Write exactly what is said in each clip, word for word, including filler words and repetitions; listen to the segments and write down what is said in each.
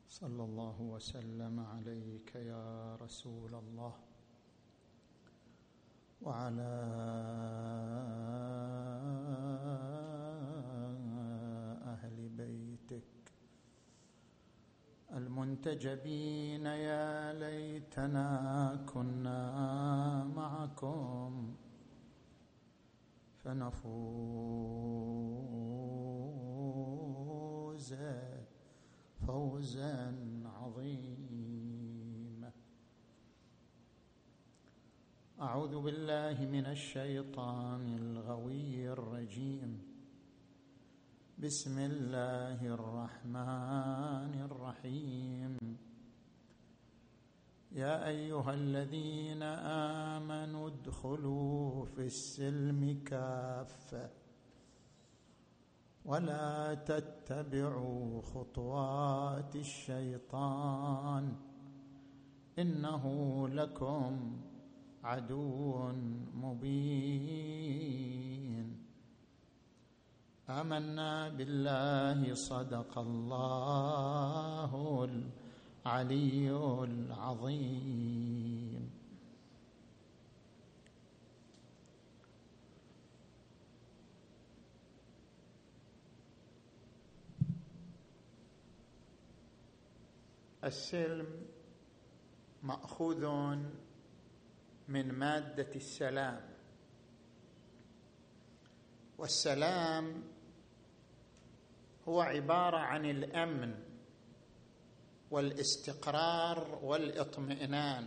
صلى الله وسلم عليك يا رسول الله وعلى أهل بيتك المنتجبين. يا ليتنا كنا معكم فنفوز فوزا عظيما. أعوذ بالله من الشيطان الغوي الرجيم. بسم الله الرحمن الرحيم. يا أيها الذين آمنوا ادخلوا في السلم كافة ولا تتبعوا خطوات الشيطان إنه لكم عدو مبين. آمنا بالله صدق الله العلي العظيم. السلم مأخوذ من مادة السلام، والسلام هو عبارة عن الأمن والاستقرار والاطمئنان،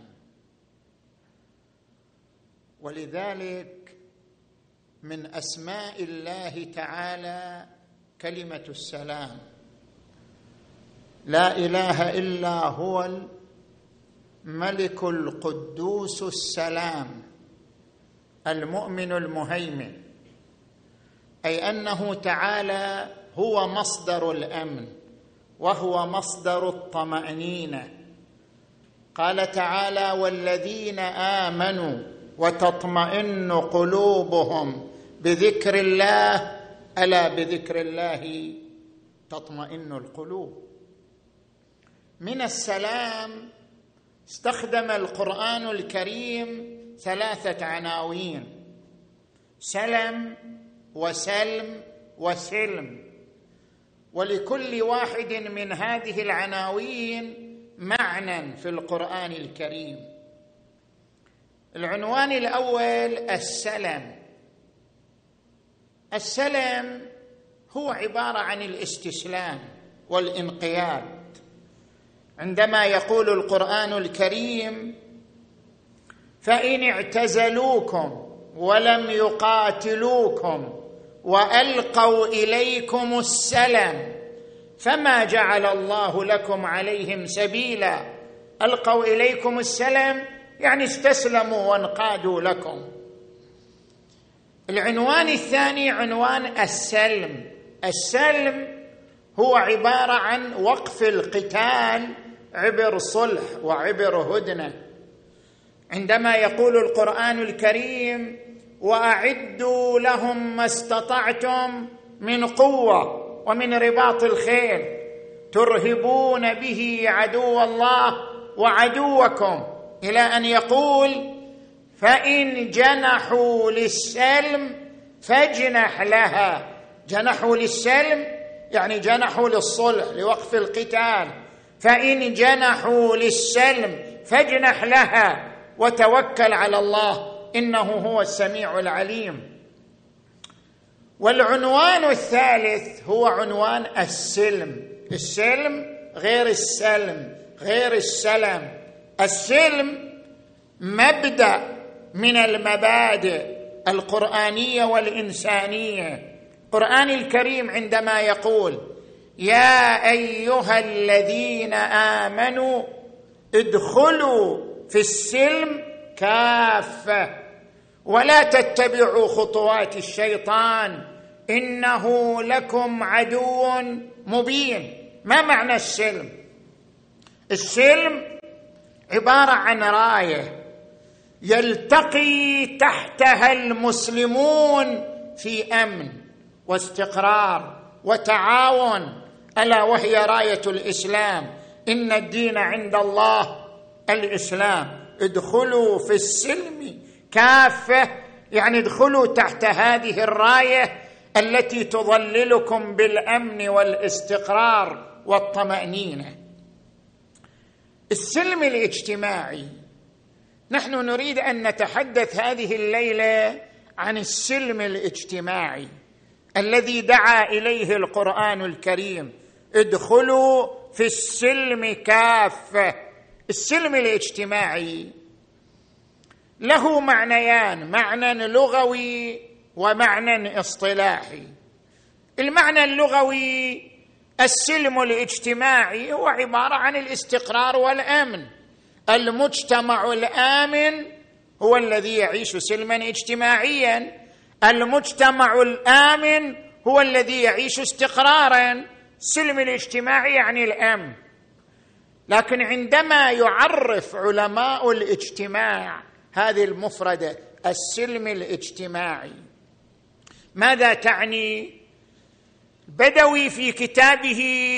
ولذلك من أسماء الله تعالى كلمة السلام. لا إله إلا هو الملك القدوس السلام المؤمن المهيمن، أي أنه تعالى هو مصدر الأمن وهو مصدر الطمأنينة. قال تعالى: والذين آمنوا وتطمئن قلوبهم بذكر الله ألا بذكر الله تطمئن القلوب. من السلام استخدم القرآن الكريم ثلاثة عناوين: سلم وسلم وسلم، ولكل واحد من هذه العناوين معنى في القرآن الكريم. العنوان الأول السلم. السلم هو عبارة عن الاستسلام والانقياد. عندما يقول القرآن الكريم: فإن اعتزلوكم ولم يقاتلوكم وألقوا إليكم السلم فما جعل الله لكم عليهم سبيلا. ألقوا إليكم السلم يعني استسلموا وانقادوا لكم. العنوان الثاني عنوان السلم. السلم هو عبارة عن وقف القتال عبر صلح وعبر هدنة. عندما يقول القرآن الكريم: وأعدوا لهم ما استطعتم من قوة ومن رباط الخيل ترهبون به عدو الله وعدوكم، إلى أن يقول: فإن جنحوا للسلم فاجنح لها. جنحوا للسلم يعني جنحوا للصلح لوقف القتال. فإن جنحوا للسلم فاجنح لها وتوكل على الله إنه هو السميع العليم. والعنوان الثالث هو عنوان السلم. السلم غير السلم غير السلم. السلم مبدأ من المبادئ القرآنية والإنسانية. القرآن الكريم عندما يقول: يا أيها الذين آمنوا ادخلوا في السلم كافة ولا تتبعوا خطوات الشيطان إنه لكم عدو مبين. ما معنى السلم؟ السلم عبارة عن راية يلتقي تحتها المسلمون في أمن واستقرار وتعاون، ألا وهي راية الإسلام إن الدين عند الله الإسلام، ادخلوا في السلم كافة، يعني ادخلوا تحت هذه الراية التي تظللكم بالأمن والاستقرار والطمأنينة. السلم الاجتماعي، نحن نريد أن نتحدث هذه الليلة عن السلم الاجتماعي الذي دعا إليه القرآن الكريم، ادخلوا في السلم كافة. السلم الاجتماعي له معنيان، معنى لغوي ومعنى اصطلاحي. المعنى اللغوي، السلم الاجتماعي هو عبارة عن الاستقرار والأمن. المجتمع الآمن هو الذي يعيش سلما اجتماعيا، المجتمع الآمن هو الذي يعيش استقرارا. السلم الاجتماعي يعني الأمن. لكن عندما يعرف علماء الاجتماع هذه المفردة السلم الاجتماعي، ماذا تعني؟ بدوي في كتابه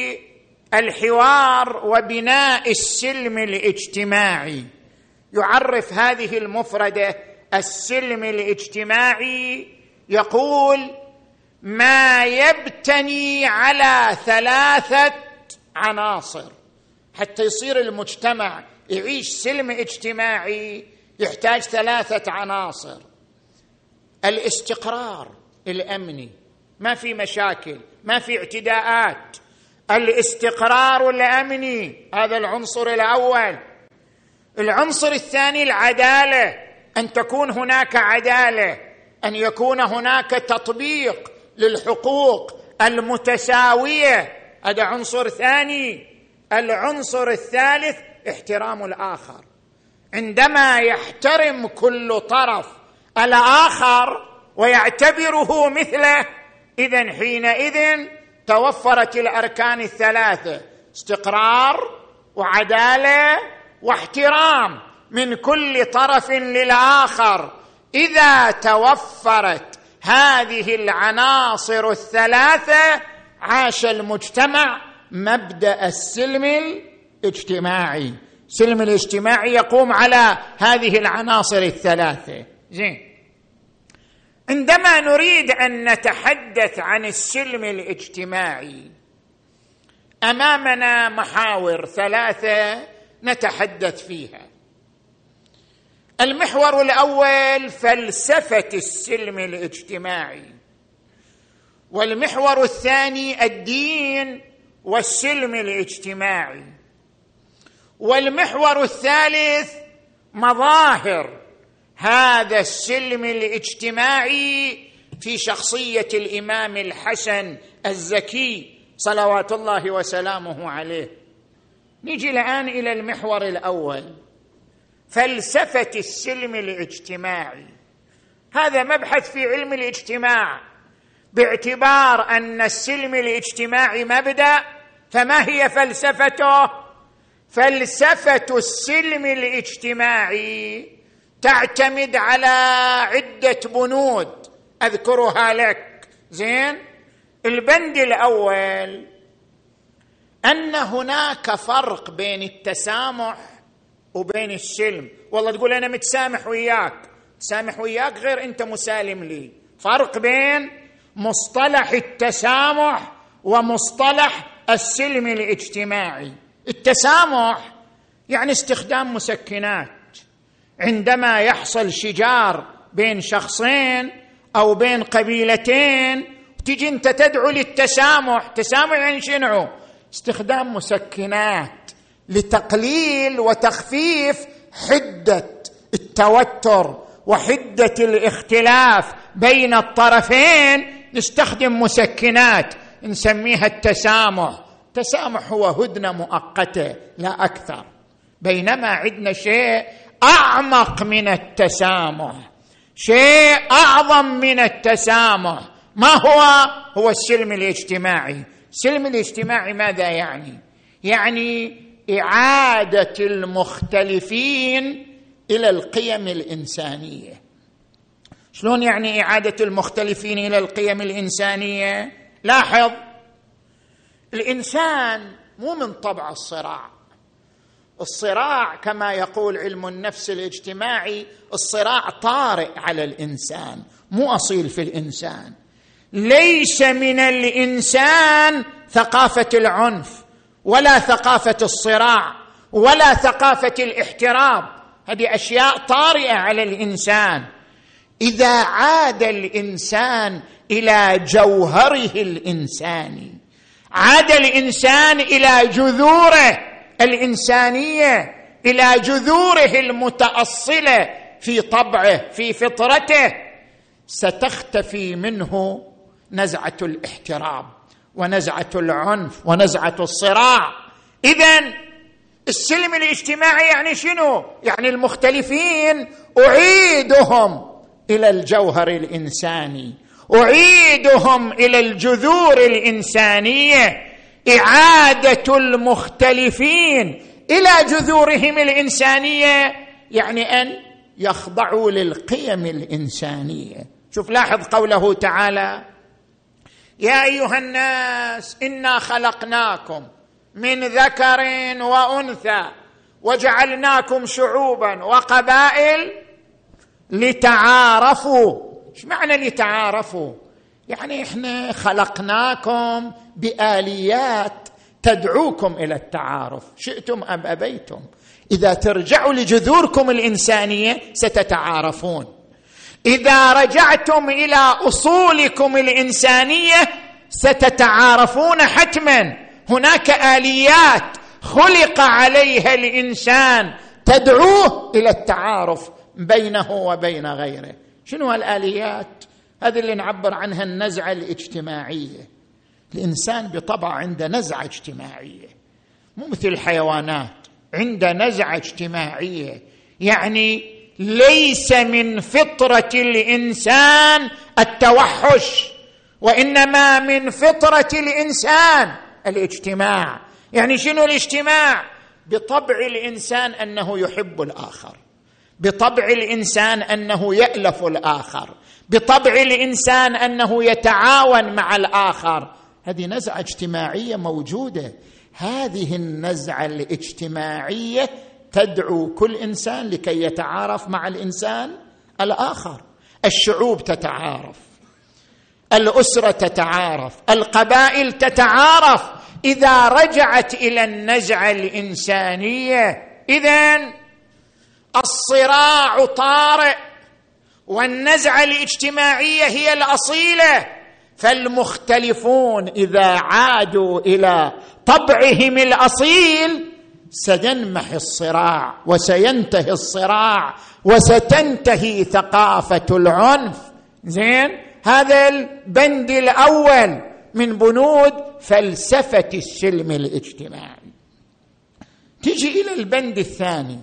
الحوار وبناء السلم الاجتماعي يعرف هذه المفردة السلم الاجتماعي، يقول: ما يبتني على ثلاثة عناصر. حتى يصير المجتمع يعيش سلم اجتماعي يحتاج ثلاثة عناصر: الاستقرار الأمني، ما في مشاكل، ما في اعتداءات، الاستقرار الأمني، هذا العنصر الأول. العنصر الثاني العدالة، أن تكون هناك عدالة، أن يكون هناك تطبيق للحقوق المتساوية، هذا عنصر ثاني. العنصر الثالث احترام الآخر، عندما يحترم كل طرف الآخر ويعتبره مثله، إذن حينئذ توفرت الأركان الثلاثة: استقرار وعدالة واحترام من كل طرف للآخر. إذا توفرت هذه العناصر الثلاثة عاش المجتمع مبدأ السلم الاجتماعي. السلم الاجتماعي يقوم على هذه العناصر الثلاثة. زين، عندما نريد أن نتحدث عن السلم الاجتماعي أمامنا محاور ثلاثة نتحدث فيها. المحور الأول فلسفة السلم الاجتماعي، والمحور الثاني الدين والسلم الاجتماعي، والمحور الثالث مظاهر هذا السلم الاجتماعي في شخصية الإمام الحسن الزكي صلوات الله وسلامه عليه. نيجي الآن إلى المحور الأول، فلسفة السلم الاجتماعي. هذا مبحث في علم الاجتماع، باعتبار أن السلم الاجتماعي مبدأ، فما هي فلسفته؟ فلسفة السلم الاجتماعي تعتمد على عدة بنود أذكرها لك. زين، البند الأول أن هناك فرق بين التسامح وبين السلم. والله تقول أنا متسامح وياك، تسامح وياك غير أنت مسالم لي. فرق بين مصطلح التسامح ومصطلح السلم الاجتماعي. التسامح يعني استخدام مسكنات، عندما يحصل شجار بين شخصين أو بين قبيلتين تجي أنت تدعو للتسامح. تسامح يعني شنو؟ استخدام مسكنات لتقليل وتخفيف حدة التوتر وحدة الاختلاف بين الطرفين، نستخدم مسكنات نسميها التسامح. التسامح هو هدنة مؤقتة لا أكثر، بينما عندنا شيء أعمق من التسامح، شيء أعظم من التسامح. ما هو؟ هو السلم الاجتماعي. السلم الاجتماعي ماذا يعني؟ يعني إعادة المختلفين إلى القيم الإنسانية. شلون يعني إعادة المختلفين إلى القيم الإنسانية؟ لاحظ، الإنسان مو من طبع الصراع. الصراع كما يقول علم النفس الاجتماعي الصراع طارئ على الإنسان، مو أصيل في الإنسان. ليس من الإنسان ثقافة العنف ولا ثقافة الصراع ولا ثقافة الاحتراب، هذه أشياء طارئة على الإنسان. إذا عاد الإنسان إلى جوهره الإنساني، عاد الإنسان إلى جذوره الإنسانية، إلى جذوره المتأصلة في طبعه في فطرته، ستختفي منه نزعة الاحتراب ونزعة العنف ونزعة الصراع. إذن السلم الاجتماعي يعني شنو؟ يعني المختلفين أعيدهم إلى الجوهر الإنساني، أعيدهم إلى الجذور الإنسانية. إعادة المختلفين إلى جذورهم الإنسانية يعني أن يخضعوا للقيم الإنسانية. شوف لاحظ قوله تعالى: يا أيها الناس إنا خلقناكم من ذكر وأنثى وجعلناكم شعوبا وقبائل لتعارفوا. ايش معنى لتعارفوا؟ يعني احنا خلقناكم بآليات تدعوكم إلى التعارف، شئتم أم أبيتم. إذا ترجعوا لجذوركم الإنسانية ستتعارفون. إذا رجعتم إلى أصولكم الإنسانية ستتعارفون حتما. هناك آليات خلق عليها الإنسان تدعوه إلى التعارف بينه وبين غيره. شنو الآليات؟ هذه اللي نعبر عنها النزعة الاجتماعية. الإنسان بطبع عنده نزعة اجتماعية، مو مثل الحيوانات، عنده نزعة اجتماعية. يعني ليس من فطرة الإنسان التوحش، وإنما من فطرة الإنسان الاجتماع. يعني شنو الاجتماع؟ بطبع الإنسان أنه يحب الآخر، بطبع الإنسان أنه يألف الآخر، بطبع الإنسان أنه يتعاون مع الآخر. هذه نزعة اجتماعية موجودة. هذه النزعة الاجتماعية تدعو كل إنسان لكي يتعارف مع الإنسان الآخر. الشعوب تتعارف، الأسرة تتعارف، القبائل تتعارف إذا رجعت إلى النزعة الإنسانية. إذن الصراع طارئ والنزعة الاجتماعية هي الأصيلة. فالمختلفون إذا عادوا إلى طبعهم الأصيل سينمحي الصراع وسينتهي الصراع وستنتهي ثقافة العنف. زين، هذا البند الأول من بنود فلسفة السلم الاجتماعي. تيجي إلى البند الثاني.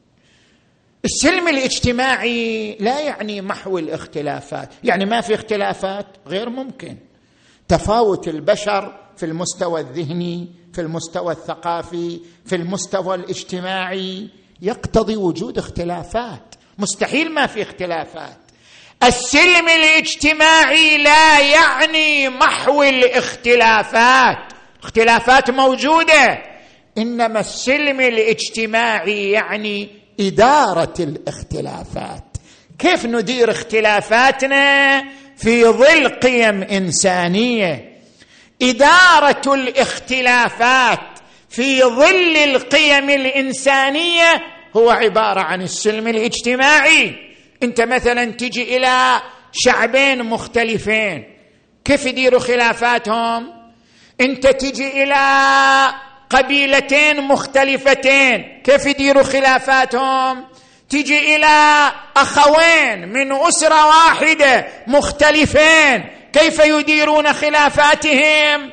السلم الاجتماعي لا يعني محو الاختلافات، يعني ما في اختلافات، غير ممكن. تفاوت البشر في المستوى الذهني، في المستوى الثقافي، في المستوى الاجتماعي يقتضي وجود اختلافات، مستحيل ما في اختلافات. السلم الاجتماعي لا يعني محو الاختلافات، اختلافات موجودة، إنما السلم الاجتماعي يعني إدارة الاختلافات. كيف ندير اختلافاتنا في ظل قيم إنسانية؟ إدارة الاختلافات في ظل القيم الإنسانية هو عبارة عن السلم الاجتماعي. أنت مثلا تجي إلى شعبين مختلفين، كيف يديروا خلافاتهم؟ أنت تجي إلى قبيلتين مختلفتين، كيف يديروا خلافاتهم؟ تجي إلى أخوين من أسرة واحدة مختلفين، كيف يديرون خلافاتهم؟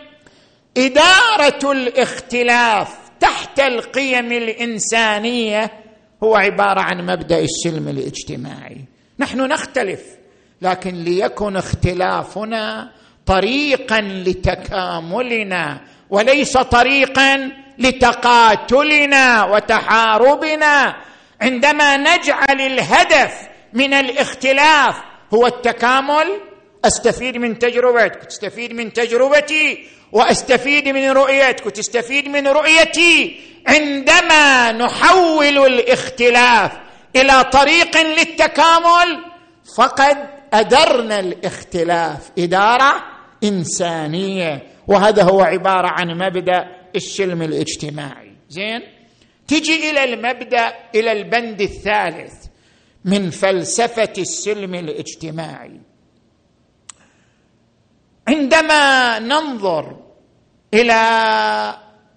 إدارة الاختلاف تحت القيم الإنسانية هو عبارة عن مبدأ السلم الاجتماعي. نحن نختلف، لكن ليكن اختلافنا طريقا لتكاملنا وليس طريقا لتقاتلنا وتحاربنا. عندما نجعل الهدف من الاختلاف هو التكامل، استفيد من تجربتك، تستفيد من تجربتي، واستفيد من رؤيتك وتستفيد من رؤيتي. عندما نحول الاختلاف الى طريق للتكامل فقد ادرنا الاختلاف اداره انسانيه، وهذا هو عباره عن مبدا السلم الاجتماعي. زين، تجي الى المبدا الى البند الثالث من فلسفه السلم الاجتماعي. عندما ننظر الى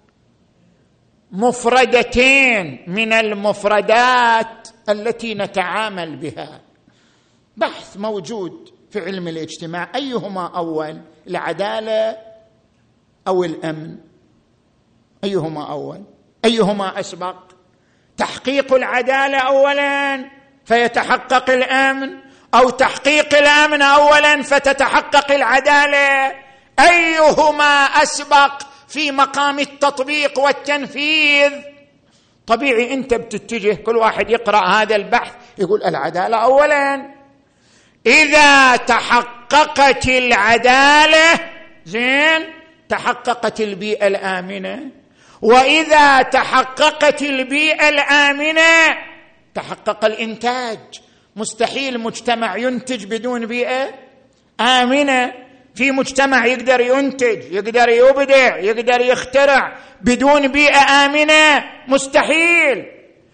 مفردتين من المفردات التي نتعامل بها، بحث موجود في علم الاجتماع، ايهما اول، العداله او الامن؟ ايهما اول؟ ايهما اسبق؟ تحقيق العداله اولا فيتحقق الامن، او تحقيق الامن اولا فتتحقق العداله؟ ايهما اسبق في مقام التطبيق والتنفيذ؟ طبيعي انت بتتجه، كل واحد يقرا هذا البحث يقول العداله اولا. اذا تحققت العداله زين تحققت البيئه الامنه، واذا تحققت البيئه الامنه تحقق الانتاج. مستحيل مجتمع ينتج بدون بيئه امنه. في مجتمع يقدر ينتج، يقدر يبدع، يقدر يخترع بدون بيئه امنه؟ مستحيل.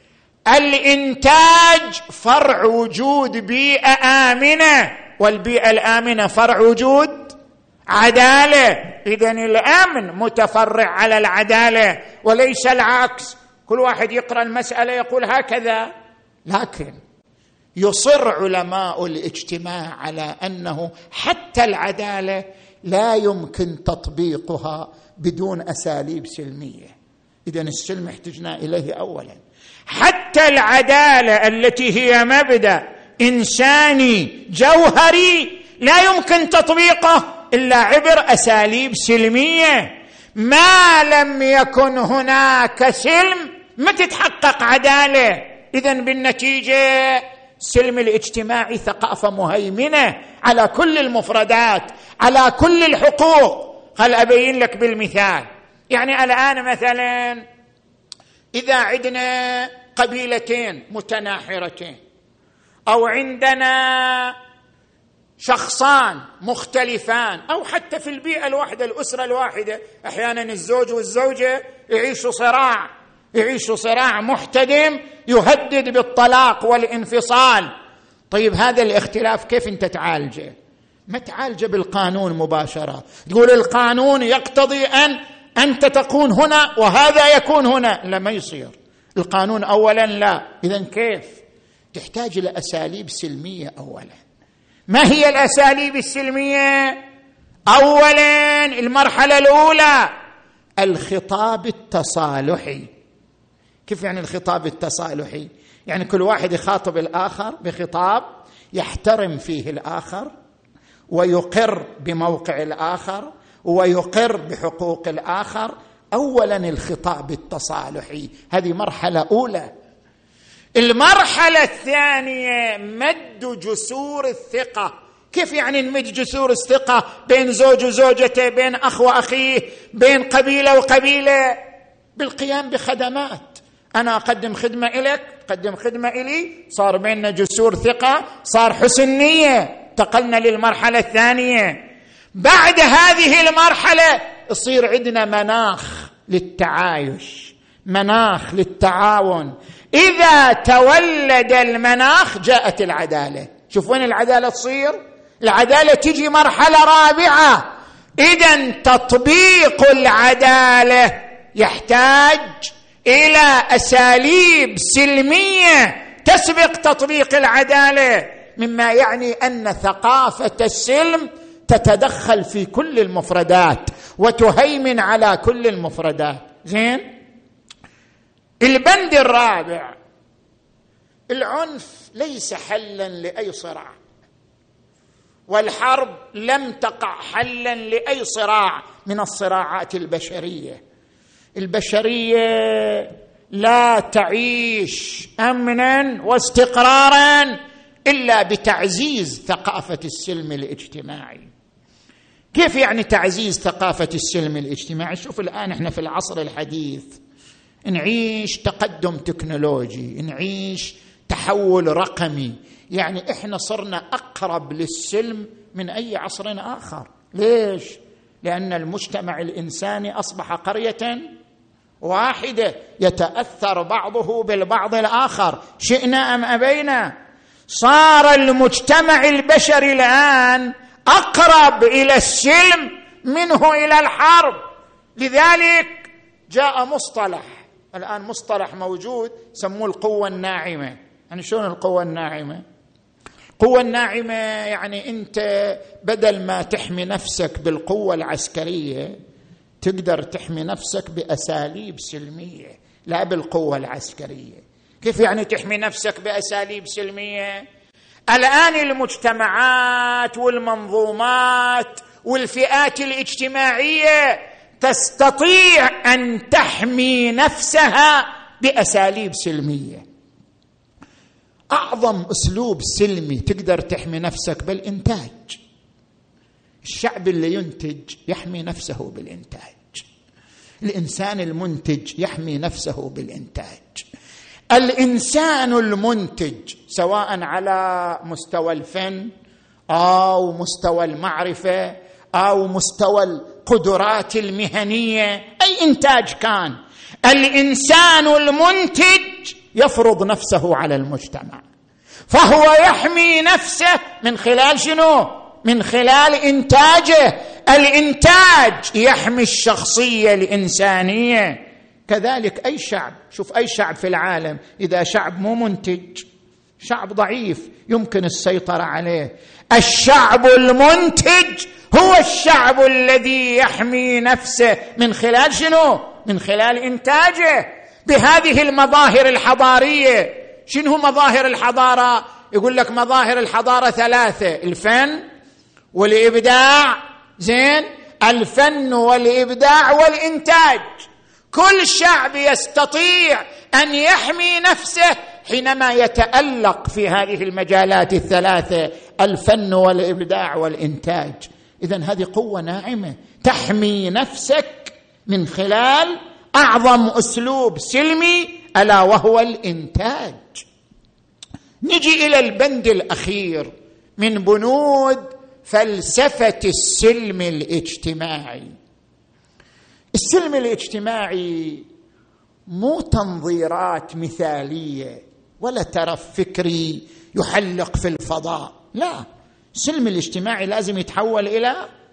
الانتاج فرع وجود بيئه امنه، والبيئه الامنه فرع وجود عداله. اذن الامن متفرع على العداله وليس العكس. كل واحد يقرا المساله يقول هكذا، لكن يصر علماء الاجتماع على انه حتى العداله لا يمكن تطبيقها بدون اساليب سلميه. اذن السلم احتجنا اليه اولا. حتى العداله التي هي مبدا انساني جوهري لا يمكن تطبيقه الا عبر اساليب سلميه. ما لم يكن هناك سلم ما تتحقق عداله. اذن بالنتيجه السلم الاجتماعي ثقافه مهيمنه على كل المفردات، على كل الحقوق. هل ابين لك بالمثال؟ يعني الان مثلا اذا عندنا قبيلتين متناحرتين، او عندنا شخصان مختلفان، او حتى في البيئه الواحده الاسره الواحده احيانا الزوج والزوجه يعيشوا صراع، يعيشوا صراع محتدم يهدد بالطلاق والانفصال. طيب هذا الاختلاف كيف انت تعالجه؟ ما تعالجه بالقانون مباشره، تقول القانون يقتضي ان انت تكون هنا وهذا يكون هنا، لا ما يصير. القانون اولا لا. اذن كيف؟ تحتاج الى اساليب سلميه اولا. ما هي الاساليب السلميه؟ اولا المرحله الاولى الخطاب التصالحي. كيف يعني الخطاب التصالحي؟ يعني كل واحد يخاطب الآخر بخطاب يحترم فيه الآخر ويقر بموقع الآخر ويقر بحقوق الآخر. أولا الخطاب التصالحي، هذه مرحلة أولى. المرحلة الثانية مد جسور الثقة. كيف يعني نمد جسور الثقة بين زوج وزوجته، بين أخ وأخيه، بين قبيلة وقبيلة؟ بالقيام بخدمات. أنا أقدم خدمة إليك، تقدم خدمة إلي، صار بيننا جسور ثقة، صار حسن نية، انتقلنا للمرحلة الثانية. بعد هذه المرحلة يصير عندنا مناخ للتعايش، مناخ للتعاون. إذا تولد المناخ جاءت العدالة. شوف وين العدالة تصير؟ العدالة تجي مرحلة رابعة. إذن تطبيق العدالة يحتاج إلى أساليب سلمية تسبق تطبيق العدالة، مما يعني أن ثقافة السلم تتدخل في كل المفردات وتهيمن على كل المفردات. زين، البند الرابع، العنف ليس حلا لأي صراع، والحرب لم تقع حلا لأي صراع من الصراعات البشرية. البشرية لا تعيش أمنا واستقرارا إلا بتعزيز ثقافة السلم الاجتماعي. كيف يعني تعزيز ثقافة السلم الاجتماعي؟ شوف الآن احنا في العصر الحديث نعيش تقدم تكنولوجي، نعيش تحول رقمي، يعني احنا صرنا أقرب للسلم من أي عصر آخر. ليش؟ لأن المجتمع الإنساني أصبح قرية واحدة يتأثر بعضه بالبعض الآخر شئنا أم أبينا. صار المجتمع البشري الآن أقرب إلى السلم منه إلى الحرب. لذلك جاء مصطلح الآن، مصطلح موجود سموه القوة الناعمة. يعني شلون القوة الناعمة؟ القوة الناعمة يعني أنت بدل ما تحمي نفسك بالقوة العسكرية تقدر تحمي نفسك بأساليب سلمية لا بالقوة العسكرية. كيف يعني تحمي نفسك بأساليب سلمية؟ الآن المجتمعات والمنظومات والفئات الاجتماعية تستطيع أن تحمي نفسها بأساليب سلمية. أعظم أسلوب سلمي تقدر تحمي نفسك بالإنتاج. الشعب اللي ينتج يحمي نفسه بالإنتاج، الإنسان المنتج يحمي نفسه بالإنتاج. الإنسان المنتج سواء على مستوى الفن أو مستوى المعرفة أو مستوى القدرات المهنية، أي إنتاج كان، الإنسان المنتج يفرض نفسه على المجتمع، فهو يحمي نفسه من خلال شنو؟ من خلال إنتاجه. الإنتاج يحمي الشخصية الإنسانية. كذلك أي شعب، شوف أي شعب في العالم إذا شعب مو منتج شعب ضعيف يمكن السيطرة عليه. الشعب المنتج هو الشعب الذي يحمي نفسه من خلال شنو؟ من خلال إنتاجه بهذه المظاهر الحضارية. شنو مظاهر الحضارة؟ يقول لك مظاهر الحضارة ثلاثة: الفن والإبداع، زين، الفن والإبداع والإنتاج. كل شعب يستطيع أن يحمي نفسه حينما يتألق في هذه المجالات الثلاثة: الفن والإبداع والإنتاج. إذن هذه قوة ناعمة تحمي نفسك من خلال أعظم أسلوب سلمي ألا وهو الإنتاج. نجي إلى البند الأخير من بنود فلسفة السلم الاجتماعي. السلم الاجتماعي مو تنظيرات مثالية ولا ترف فكري يحلق في الفضاء، لا، السلم الاجتماعي لازم يتحول إلى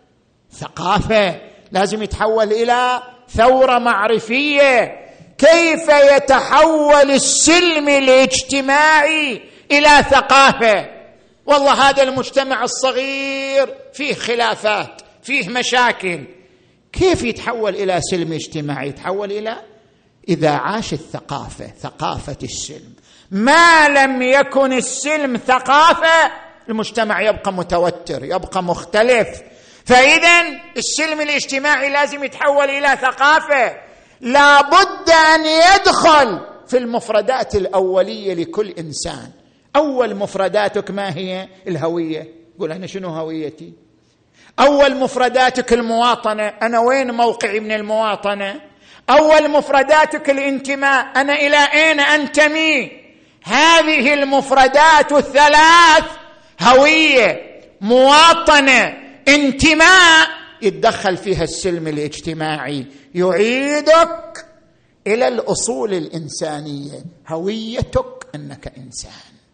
ثقافة، لازم يتحول إلى ثورة معرفية. كيف يتحول السلم الاجتماعي إلى ثقافة؟ والله هذا المجتمع الصغير فيه خلافات، فيه مشاكل، كيف يتحول إلى سلم اجتماعي؟ يتحول إلى إذا عاش الثقافة، ثقافة السلم. ما لم يكن السلم ثقافة المجتمع يبقى متوتر، يبقى مختلف. فإذن السلم الاجتماعي لازم يتحول إلى ثقافة. لا بد أن يدخل في المفردات الأولية لكل إنسان. أول مفرداتك ما هي؟ الهوية. قول أنا شنو هويتي؟ أول مفرداتك المواطنة، أنا وين موقعي من المواطنة؟ أول مفرداتك الانتماء، أنا إلى أين أنتمي؟ هذه المفردات الثلاث، هوية، مواطنة، انتماء، يتدخل فيها السلم الاجتماعي، يعيدك إلى الأصول الإنسانية. هويتك أنك إنسان،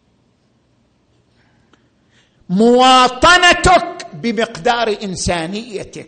مواطنتك بمقدار إنسانيتك،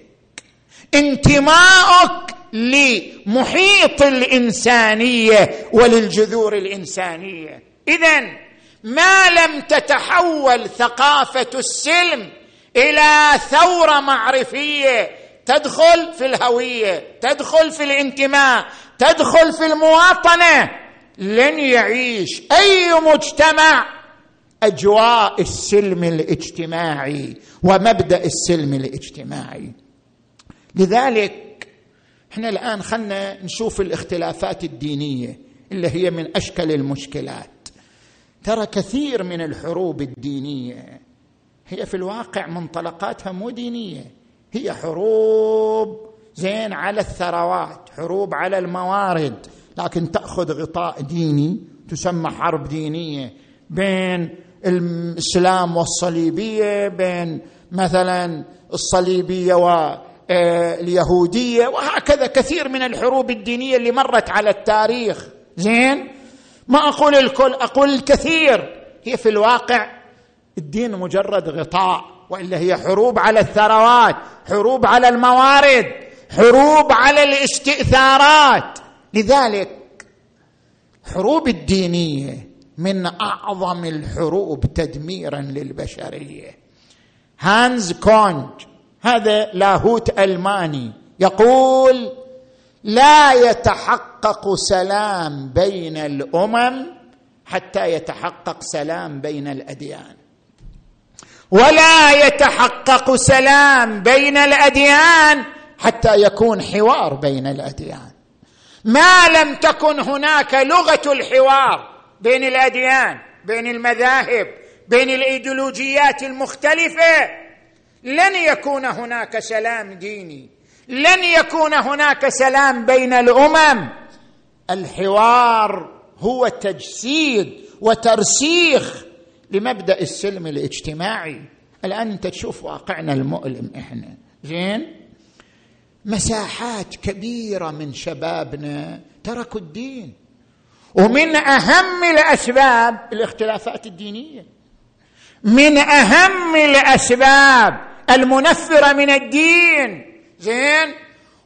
انتمائك لمحيط الإنسانية وللجذور الإنسانية. إذن ما لم تتحول ثقافة السلم إلى ثورة معرفية تدخل في الهوية، تدخل في الانتماء، تدخل في المواطنة، لن يعيش أي مجتمع أجواء السلم الاجتماعي ومبدأ السلم الاجتماعي. لذلك احنا الآن خلنا نشوف الاختلافات الدينية اللي هي من أشكال المشكلات. ترى كثير من الحروب الدينية هي في الواقع منطلقاتها مو دينية، هي حروب زين على الثروات، حروب على الموارد، لكن تأخذ غطاء ديني تسمى حرب دينية بين الإسلام والصليبية، بين مثلا الصليبية واليهودية، وهكذا كثير من الحروب الدينية اللي مرت على التاريخ. زين، ما أقول الكل، أقول الكثير. هي في الواقع الدين مجرد غطاء، وإلا هي حروب على الثروات، حروب على الموارد، حروب على الاستئثارات. لذلك حروب الدينية من أعظم الحروب تدميرا للبشرية. هانز كونج، هذا لاهوت ألماني، يقول: لا يتحقق سلام بين الأمم حتى يتحقق سلام بين الأديان، ولا يتحقق سلام بين الأديان حتى يكون حوار بين الأديان. ما لم تكن هناك لغة الحوار بين الأديان، بين المذاهب، بين الإيديولوجيات المختلفة، لن يكون هناك سلام ديني، لن يكون هناك سلام بين الأمم. الحوار هو تجسيد وترسيخ لمبدأ السلم الاجتماعي. الآن أنت تشوف واقعنا المؤلم، إحنا زين مساحات كبيرة من شبابنا تركوا الدين، ومن أهم الأسباب الاختلافات الدينية، من أهم الأسباب المنفرة من الدين، زين،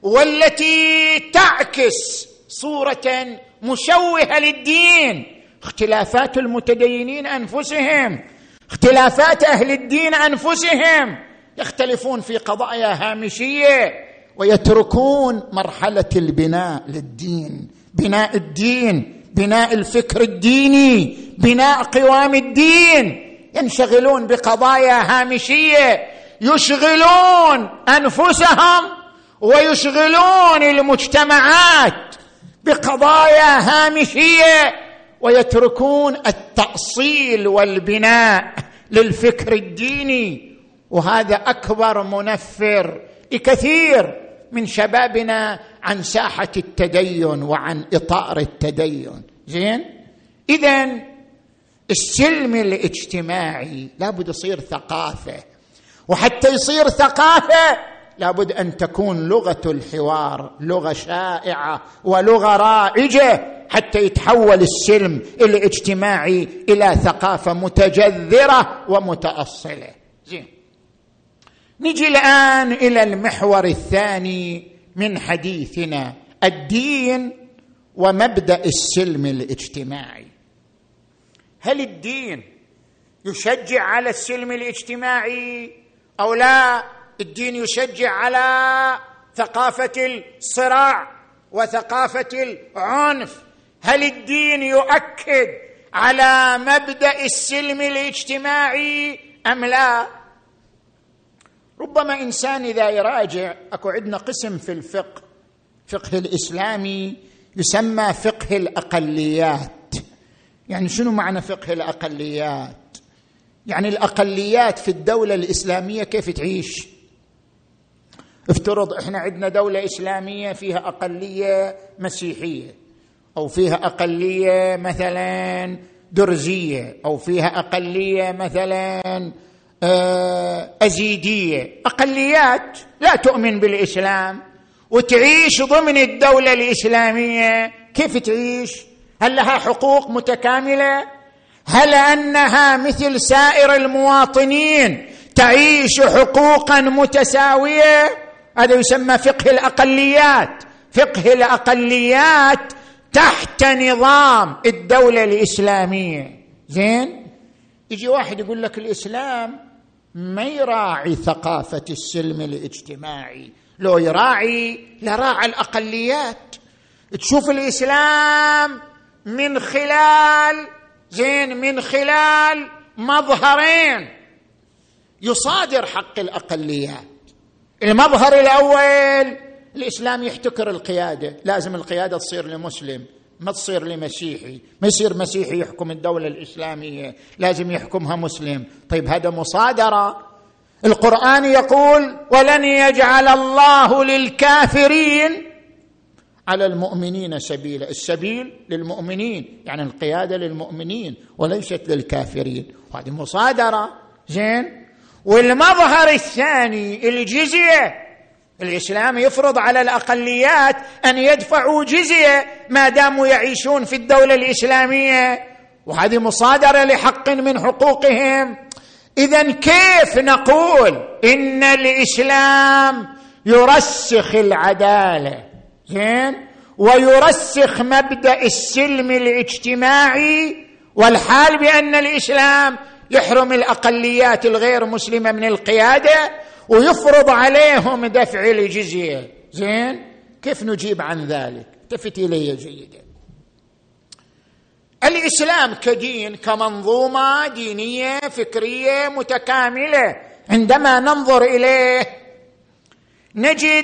والتي تعكس صورة مشوهة للدين. اختلافات المتدينين أنفسهم، اختلافات أهل الدين أنفسهم، يختلفون في قضايا هامشية ويتركون مرحلة البناء للدين، بناء الدين، بناء الفكر الديني، بناء قوام الدين. ينشغلون بقضايا هامشية، يشغلون أنفسهم ويشغلون المجتمعات بقضايا هامشية، ويتركون التأصيل والبناء للفكر الديني. وهذا أكبر منفر لكثير من شبابنا عن ساحة التدين وعن إطار التدين. زين، إذن السلم الاجتماعي لابد يصير ثقافة، وحتى يصير ثقافة لابد أن تكون لغة الحوار لغة شائعة ولغة رائجة، حتى يتحول السلم الاجتماعي إلى ثقافة متجذرة ومتأصلة. زين، نجي الآن إلى المحور الثاني من حديثنا، الدين ومبدأ السلم الاجتماعي. هل الدين يشجع على السلم الاجتماعي أو لا؟ الدين يشجع على ثقافة الصراع وثقافة العنف. هل الدين يؤكد على مبدأ السلم الاجتماعي أم لا؟ ربما إنسان إذا يراجع، أكو عندنا قسم في الفقه، فقه الإسلامي، يسمى فقه الأقليات. يعني شنو معنى فقه الأقليات؟ يعني الأقليات في الدولة الإسلامية كيف تعيش. افترض إحنا عندنا دولة إسلامية فيها أقلية مسيحية، أو فيها أقلية مثلا درزية، أو فيها أقلية مثلا أزيدية، أقليات لا تؤمن بالإسلام وتعيش ضمن الدولة الإسلامية. كيف تعيش؟ هل لها حقوق متكاملة؟ هل أنها مثل سائر المواطنين تعيش حقوقا متساوية؟ هذا يسمى فقه الأقليات. فقه الأقليات تحت نظام الدولة الإسلامية. زين، يجي واحد يقول لك الإسلام ما يراعي ثقافة السلم الاجتماعي، لو يراعي لراعي الأقليات. تشوف الإسلام من خلال زين من خلال مظهرين يصادر حق الأقليات. المظهر الأول، الإسلام يحتكر القيادة، لازم القيادة تصير لمسلم، ما تصير لمسيحي، ما يصير مسيحي يحكم الدولة الإسلامية، لازم يحكمها مسلم. طيب هذا مصادرة. القرآن يقول ولن يجعل الله للكافرين على المؤمنين سبيلا. السبيل للمؤمنين يعني القيادة للمؤمنين وليست للكافرين، وهذه مصادرة. زين. والمظهر الثاني الجزية، الإسلام يفرض على الأقليات أن يدفعوا جزية ما داموا يعيشون في الدولة الإسلامية، وهذه مصادرة لحق من حقوقهم. إذن كيف نقول إن الإسلام يرسخ العدالة زين ويرسخ مبدأ السلم الاجتماعي، والحال بأن الإسلام يحرم الأقليات الغير مسلمة من القيادة ويفرض عليهم دفع الجزية؟ زين. كيف نجيب عن ذلك؟ التفت إلي جيدا. الإسلام كدين، كمنظومة دينية فكرية متكاملة، عندما ننظر إليه نجد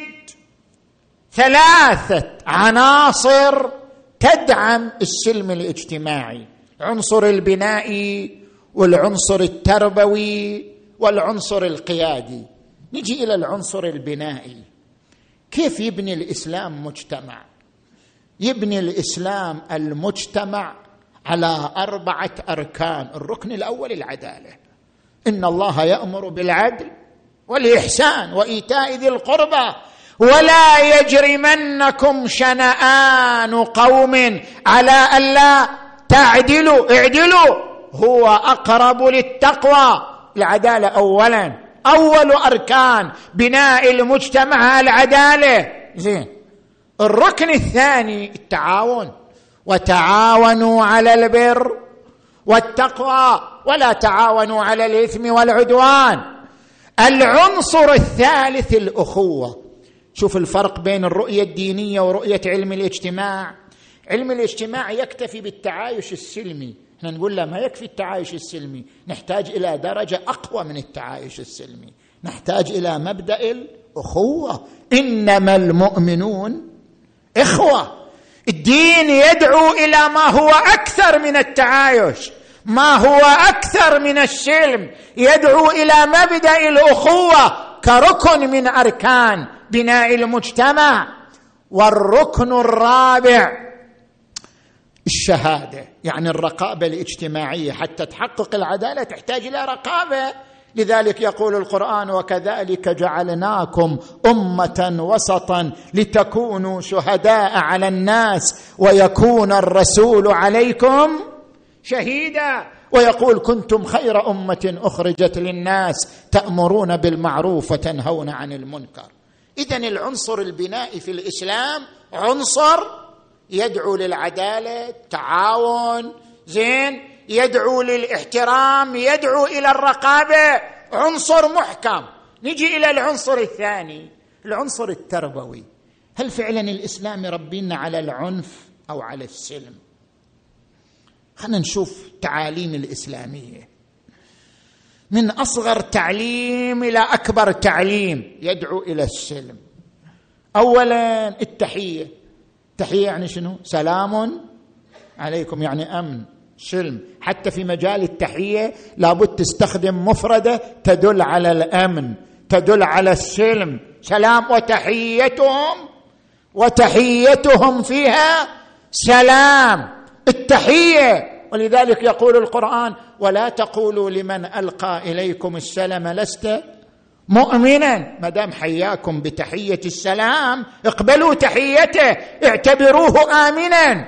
ثلاثة عناصر تدعم السلم الاجتماعي: العنصر البنائي والعنصر التربوي والعنصر القيادي. نجي إلى العنصر البنائي. كيف يبني الإسلام مجتمع؟ يبني الإسلام المجتمع على أربعة أركان. الركن الأول العدالة، إن الله يأمر بالعدل والإحسان وإيتاء ذي القربى ولا يجرمنكم شنآن قوم على ألا تعدلوا اعدلوا هو أقرب للتقوى. العدالة أولا، أول أركان بناء المجتمع العدالة. زين. الركن الثاني التعاون، وتعاونوا على البر والتقوى ولا تعاونوا على الإثم والعدوان. العنصر الثالث الأخوة. شوف الفرق بين الرؤية الدينية ورؤية علم الاجتماع. علم الاجتماع يكتفي بالتعايش السلمي، احنا نقول لا، ما يكفي التعايش السلمي، نحتاج إلى درجة أقوى من التعايش السلمي، نحتاج إلى مبدأ الأخوة. إنما المؤمنون إخوة. الدين يدعو إلى ما هو أكثر من التعايش، ما هو أكثر من السلم، يدعو إلى مبدأ الأخوة كركن من أركان بناء المجتمع. والركن الرابع الشهادة، يعني الرقابة الاجتماعية. حتى تحقق العدالة تحتاج إلى رقابة. لذلك يقول القرآن وكذلك جعلناكم أمة وسطا لتكونوا شهداء على الناس ويكون الرسول عليكم شهيدا. ويقول كنتم خير أمة أخرجت للناس تأمرون بالمعروف وتنهون عن المنكر. إذن العنصر البنائي في الإسلام عنصر يدعو للعدالة، تعاون، زين، يدعو للاحترام، يدعو إلى الرقابة، عنصر محكم. نجي إلى العنصر الثاني، العنصر التربوي. هل فعلا الإسلام يربينا على العنف أو على السلم؟ خلينا نشوف تعاليم الإسلامية من أصغر تعليم إلى أكبر تعليم يدعو إلى السلم. أولا التحية. التحية يعني شنو؟ سلام عليكم، يعني أمن، سلم. حتى في مجال التحية لابد تستخدم مفردة تدل على الأمن، تدل على السلم. سلام وتحيتهم وتحيتهم فيها سلام. التحية. ولذلك يقول القرآن ولا تقولوا لمن ألقى إليكم السلام لست مؤمنا. ما دام حياكم بتحية السلام اقبلوا تحيته، اعتبروه آمنا.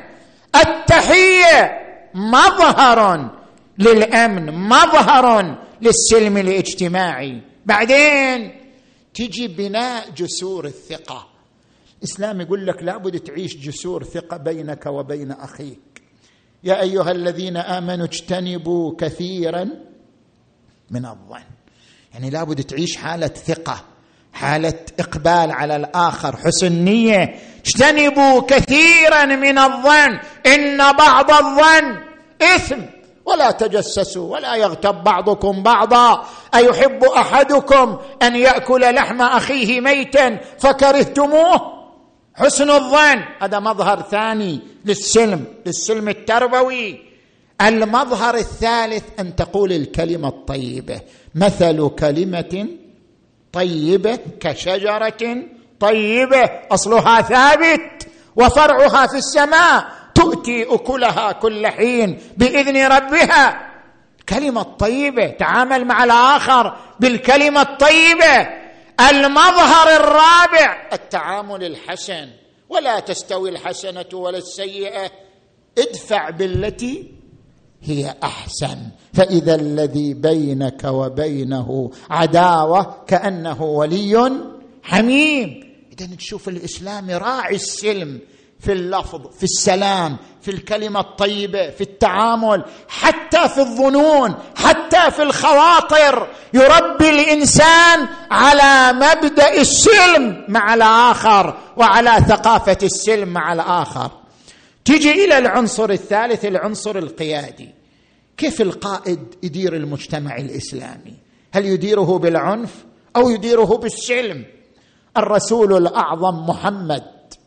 التحية مظهر للأمن، مظهر للسلم الاجتماعي. بعدين تجي بناء جسور الثقة. الإسلام يقول لك لابد تعيش جسور ثقة بينك وبين أخيك. يا أيها الذين آمنوا اجتنبوا كثيرا من الظن، يعني لابد تعيش حالة ثقة، حالة إقبال على الآخر، حسن نية. اجتنبوا كثيرا من الظن إن بعض الظن إثم ولا تجسسوا ولا يغتب بعضكم بعضا أيحب أحدكم أن يأكل لحم أخيه ميتا فكرهتموه. حسن الظن هذا مظهر ثاني للسلم، للسلم التربوي. المظهر الثالث أن تقول الكلمة الطيبة. مثل كلمة طيبة كشجرة طيبة أصلها ثابت وفرعها في السماء تؤتي أكلها كل حين بإذن ربها. كلمة طيبة، تعامل مع الآخر بالكلمة الطيبة. المظهر الرابع التعامل الحسن، ولا تستوي الحسنة ولا السيئة، ادفع بالتي هي أحسن فإذا الذي بينك وبينه عداوة كأنه ولي حميم. إذن تشوف الإسلام راعي السلم في اللفظ، في السلام، في الكلمة الطيبة، في التعامل، حتى في الظنون، حتى في الخواطر. يربي الإنسان على مبدأ السلم مع الآخر وعلى ثقافة السلم مع الآخر. تيجي إلى العنصر الثالث، العنصر القيادي. كيف القائد يدير المجتمع الإسلامي؟ هل يديره بالعنف أو يديره بالسلم؟ الرسول الأعظم محمد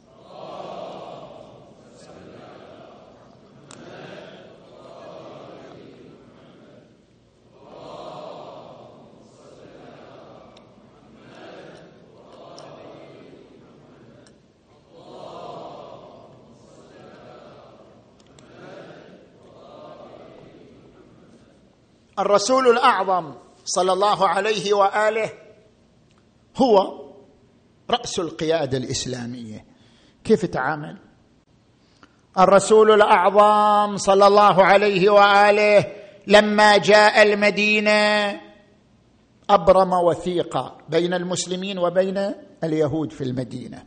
الرسول الأعظم صلى الله عليه وآله هو رأس القيادة الإسلامية. كيف تعامل الرسول الأعظم صلى الله عليه وآله؟ لما جاء المدينة أبرم وثيقة بين المسلمين وبين اليهود في المدينة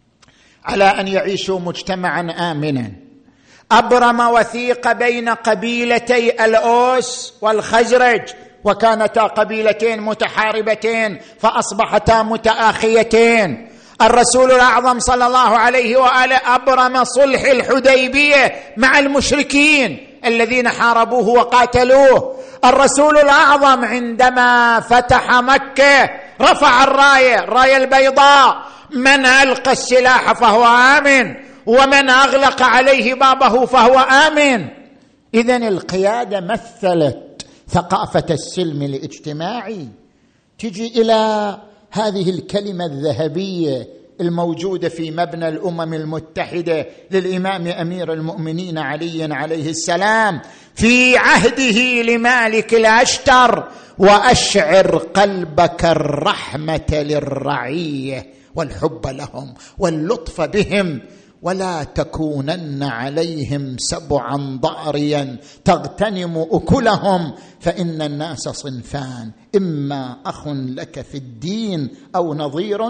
على أن يعيشوا مجتمعا آمنا. أبرم وثيقة بين قبيلتي الأوس والخزرج، وكانتا قبيلتين متحاربتين فأصبحتا متآخيتين. الرسول الأعظم صلى الله عليه وآله أبرم صلح الحديبية مع المشركين الذين حاربوه وقاتلوه. الرسول الأعظم عندما فتح مكة رفع الراية، الراية البيضاء، من ألقى السلاح فهو آمن ومن أغلق عليه بابه فهو آمن. إذن القيادة مثلت ثقافة السلم الاجتماعي. تجي إلى هذه الكلمة الذهبية الموجودة في مبنى الأمم المتحدة للإمام أمير المؤمنين علي عليه السلام في عهده لمالك الأشتر: وأشعر قلبك الرحمة للرعية والحب لهم واللطف بهم، ولا تكونن عليهم سبعا ضاريا تغتنم أكلهم، فإن الناس صنفان: إما أخ لك في الدين أو نظير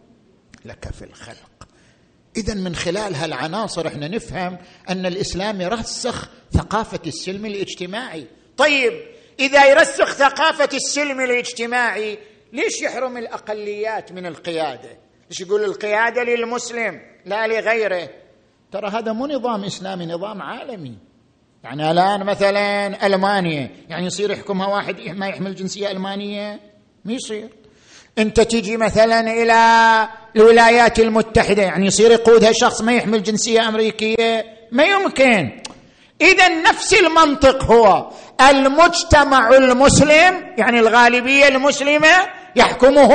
لك في الخلق. إذن من خلال هالعناصر احنا نفهم أن الإسلام يرسخ ثقافة السلم الاجتماعي. طيب إذا يرسخ ثقافة السلم الاجتماعي، ليش يحرم الأقليات من القيادة؟ ليش يقول القيادة للمسلم لا لغيره؟ ترى هذا مو نظام إسلامي، نظام عالمي. يعني الآن مثلا ألمانيا، يعني يصير يحكمها واحد ما يحمل جنسية ألمانية؟ ما يصير. أنت تيجي مثلا إلى الولايات المتحدة، يعني يصير يقودها شخص ما يحمل جنسية أمريكية؟ ما يمكن. إذن نفس المنطق هو المجتمع المسلم، يعني الغالبية المسلمة يحكمه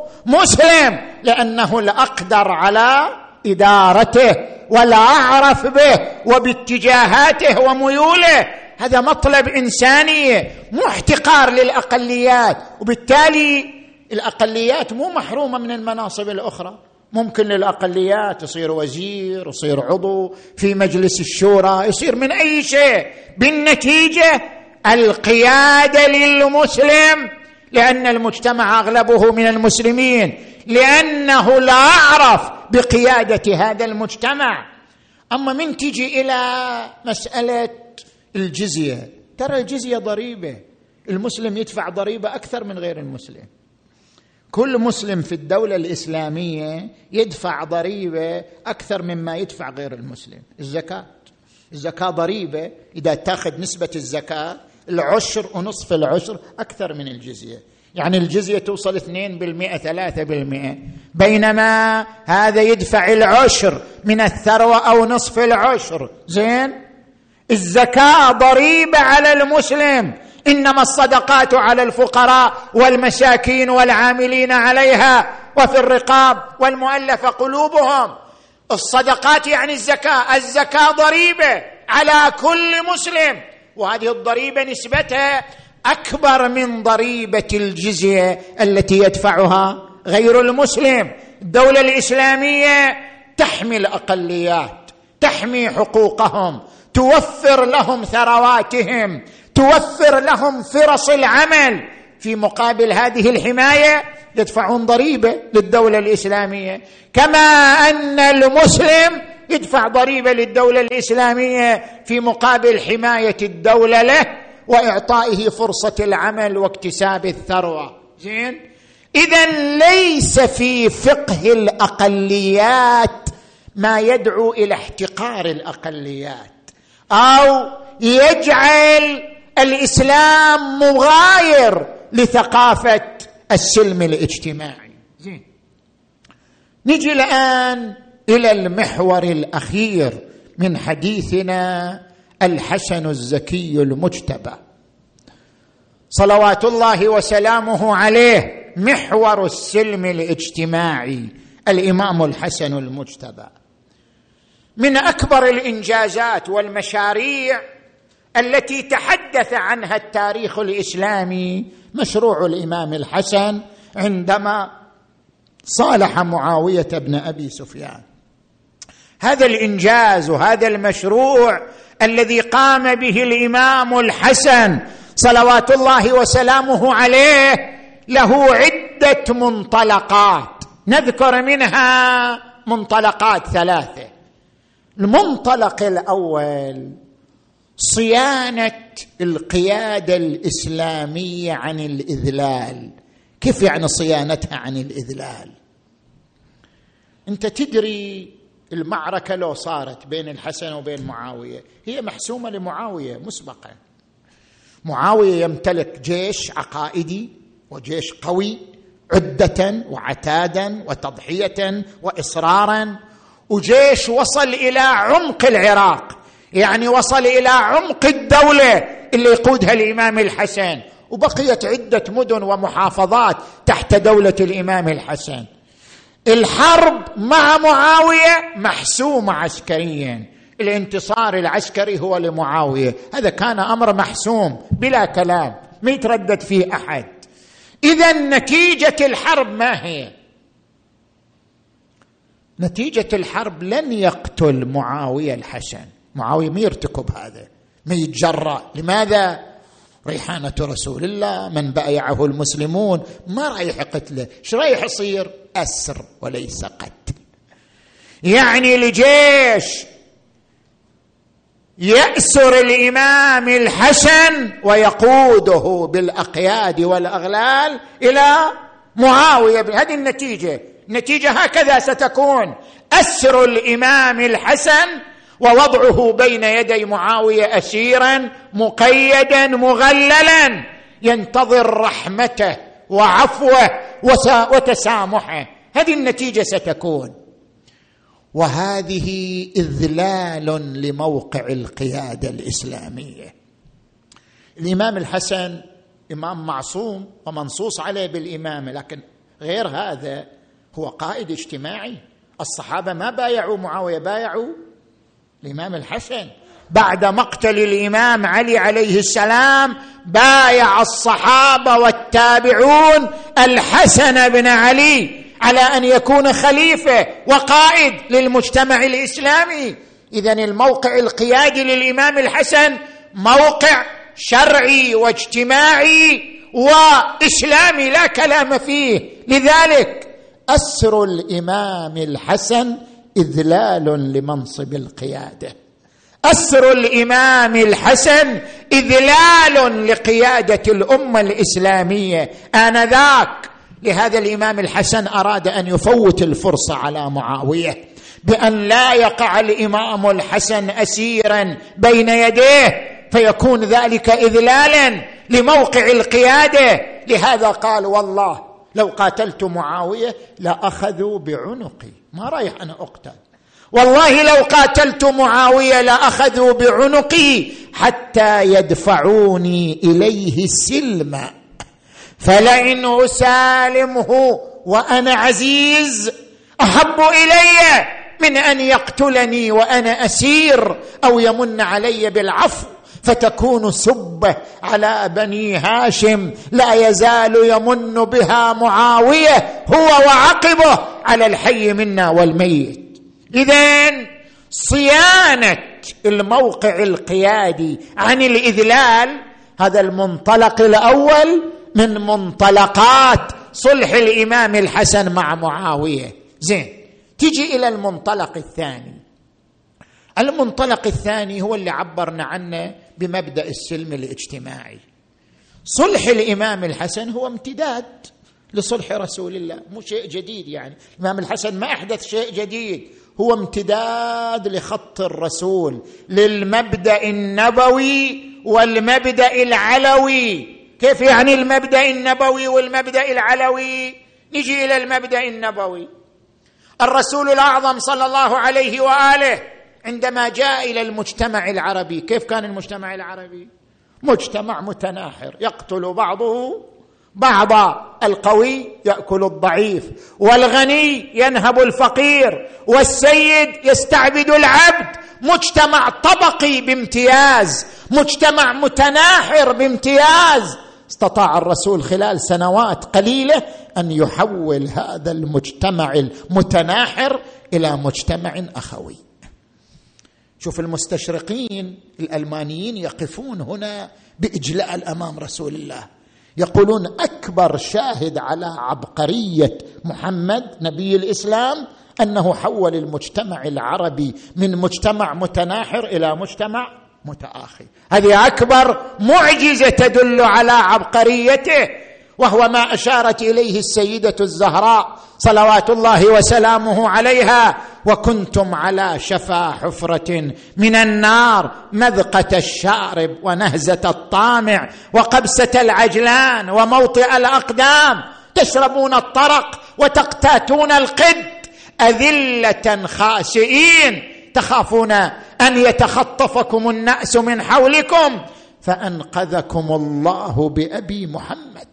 مسلم، لأنه الأقدر على إدارته والأعرف به وباتجاهاته وميوله. هذا مطلب إنساني، مو احتقار للأقليات. وبالتالي الأقليات مو محرومة من المناصب الأخرى. ممكن للأقليات يصير وزير، يصير عضو في مجلس الشورى، يصير من أي شيء. بالنتيجة القيادة للمسلم، لأن المجتمع أغلبه من المسلمين، لأنه لا أعرف بقيادة هذا المجتمع. أما من تيجي إلى مسألة الجزية، ترى الجزية ضريبة، المسلم يدفع ضريبة أكثر من غير المسلم. كل مسلم في الدولة الإسلامية يدفع ضريبة أكثر مما يدفع غير المسلم. الزكاة، الزكاة ضريبة، إذا تأخذ نسبة الزكاة العشر ونصف العشر أكثر من الجزية. يعني الجزية توصل اثنين بالمئة ثلاثة بالمئة، بينما هذا يدفع العشر من الثروة أو نصف العشر. زين، الزكاة ضريبة على المسلم، إنما الصدقات على الفقراء والمساكين والعاملين عليها وفي الرقاب والمؤلفة قلوبهم. الصدقات يعني الزكاة، الزكاة ضريبة على كل مسلم، وهذه الضريبة نسبتها أكبر من ضريبة الجزية التي يدفعها غير المسلم. الدولة الإسلامية تحمي الأقليات، تحمي حقوقهم، توفر لهم ثرواتهم، توفر لهم فرص العمل. في مقابل هذه الحماية يدفعون ضريبة للدولة الإسلامية، كما أن المسلم يدفع ضريبة للدولة الإسلامية في مقابل حماية الدولة له وإعطائه فرصة العمل واكتساب الثروة. زين، إذن ليس في فقه الأقليات ما يدعو إلى احتقار الأقليات أو يجعل الإسلام مغاير لثقافة السلم الاجتماعي. زين، نجي الآن إلى المحور الأخير من حديثنا، الحسن الزكي المجتبى صلوات الله وسلامه عليه، محور السلم الاجتماعي، الإمام الحسن المجتبى. من أكبر الإنجازات والمشاريع التي تحدث عنها التاريخ الإسلامي مشروع الإمام الحسن عندما صالح معاوية بن أبي سفيان. هذا الإنجاز وهذا المشروع الذي قام به الإمام الحسن صلوات الله وسلامه عليه له عدة منطلقات، نذكر منها منطلقات ثلاثة. المنطلق الأول صيانة القيادة الإسلامية عن الإذلال. كيف يعني صيانتها عن الإذلال؟ أنت تدري المعركة لو صارت بين الحسن وبين معاوية هي محسومة لمعاوية مسبقا. معاوية يمتلك جيش عقائدي وجيش قوي، عدة وعتادا وتضحية وإصرارا، وجيش وصل إلى عمق العراق، يعني وصل إلى عمق الدولة اللي يقودها الإمام الحسن، وبقيت عدة مدن ومحافظات تحت دولة الإمام الحسن. الحرب مع معاوية محسومة عسكريا، الانتصار العسكري هو لمعاوية، هذا كان أمر محسوم بلا كلام ما يتردد فيه أحد. إذن نتيجة الحرب ما هي؟ نتيجة الحرب لن يقتل معاوية الحسن، معاوية ما يرتكب هذا، ما يتجرأ. لماذا؟ ريحانة رسول الله، من بايعه المسلمون، ما رايح قتله. ايش رايح يصير؟ أسر وليس قتل. يعني لجيش يأسر الإمام الحسن ويقوده بالأقياد والأغلال إلى معاوية. هذه النتيجة، النتيجة هكذا ستكون: أسر الإمام الحسن ووضعه بين يدي معاوية أسيرا مقيدا مغللا ينتظر رحمته وعفوه وتسامحه. هذه النتيجة ستكون، وهذه إذلال لموقع القيادة الإسلامية. الإمام الحسن إمام معصوم ومنصوص عليه بالإمامة، لكن غير هذا هو قائد اجتماعي. الصحابة ما بايعوا معاوية، بايعوا الإمام الحسن. بعد مقتل الإمام علي عليه السلام بايع الصحابة والتابعون الحسن بن علي على أن يكون خليفة وقائد للمجتمع الإسلامي. إذن الموقع القيادي للإمام الحسن موقع شرعي واجتماعي وإسلامي لا كلام فيه. لذلك أسر الإمام الحسن إذلال لمنصب القيادة، أسر الإمام الحسن إذلال لقيادة الأمة الإسلامية آنذاك. لهذا الإمام الحسن أراد أن يفوت الفرصة على معاوية بأن لا يقع الإمام الحسن أسيرا بين يديه فيكون ذلك إذلالا لموقع القيادة. لهذا قال: والله لو قاتلت معاوية لأخذوا بعنقي، ما رايح أنا أقتل، والله لو قاتلت معاوية لأخذوا بعنقي حتى يدفعوني إليه سلما، فلئن أسالمه وأنا عزيز أحب إلي من أن يقتلني وأنا أسير أو يمن علي بالعفو فتكون سبة على بني هاشم لا يزال يمن بها معاوية هو وعقبه على الحي منا والميت. إذن صيانة الموقع القيادي عن الإذلال هذا المنطلق الأول من منطلقات صلح الإمام الحسن مع معاوية. زين، تجي إلى المنطلق الثاني. المنطلق الثاني هو اللي عبرنا عنه بمبدأ السلم الاجتماعي. صلح الإمام الحسن هو امتداد لصلح رسول الله، مو شيء جديد، يعني الإمام الحسن ما أحدث شيء جديد، هو امتداد لخط الرسول للمبدأ النبوي والمبدأ العلوي. كيف يعني المبدأ النبوي والمبدأ العلوي؟ نجي إلى المبدأ النبوي. الرسول الأعظم صلى الله عليه وآله عندما جاء إلى المجتمع العربي، كيف كان المجتمع العربي؟ مجتمع متناحر يقتل بعضه بعضا، القوي يأكل الضعيف، والغني ينهب الفقير، والسيد يستعبد العبد. مجتمع طبقي بامتياز، مجتمع متناحر بامتياز. استطاع الرسول خلال سنوات قليلة أن يحول هذا المجتمع المتناحر إلى مجتمع أخوي. شوف المستشرقين الألمانيين يقفون هنا بإجلال أمام رسول الله، يقولون أكبر شاهد على عبقرية محمد نبي الإسلام أنه حول المجتمع العربي من مجتمع متناحر إلى مجتمع متآخي. هذه أكبر معجزة تدل على عبقريته، وهو ما أشارت إليه السيدة الزهراء صلوات الله وسلامه عليها: وكنتم على شفا حفرة من النار مذقة الشارب ونهزة الطامع وقبسة العجلان وموطئ الأقدام، تشربون الطرق وتقتاتون القد، أذلة خاسئين تخافون أن يتخطفكم النأس من حولكم، فأنقذكم الله بأبي محمد.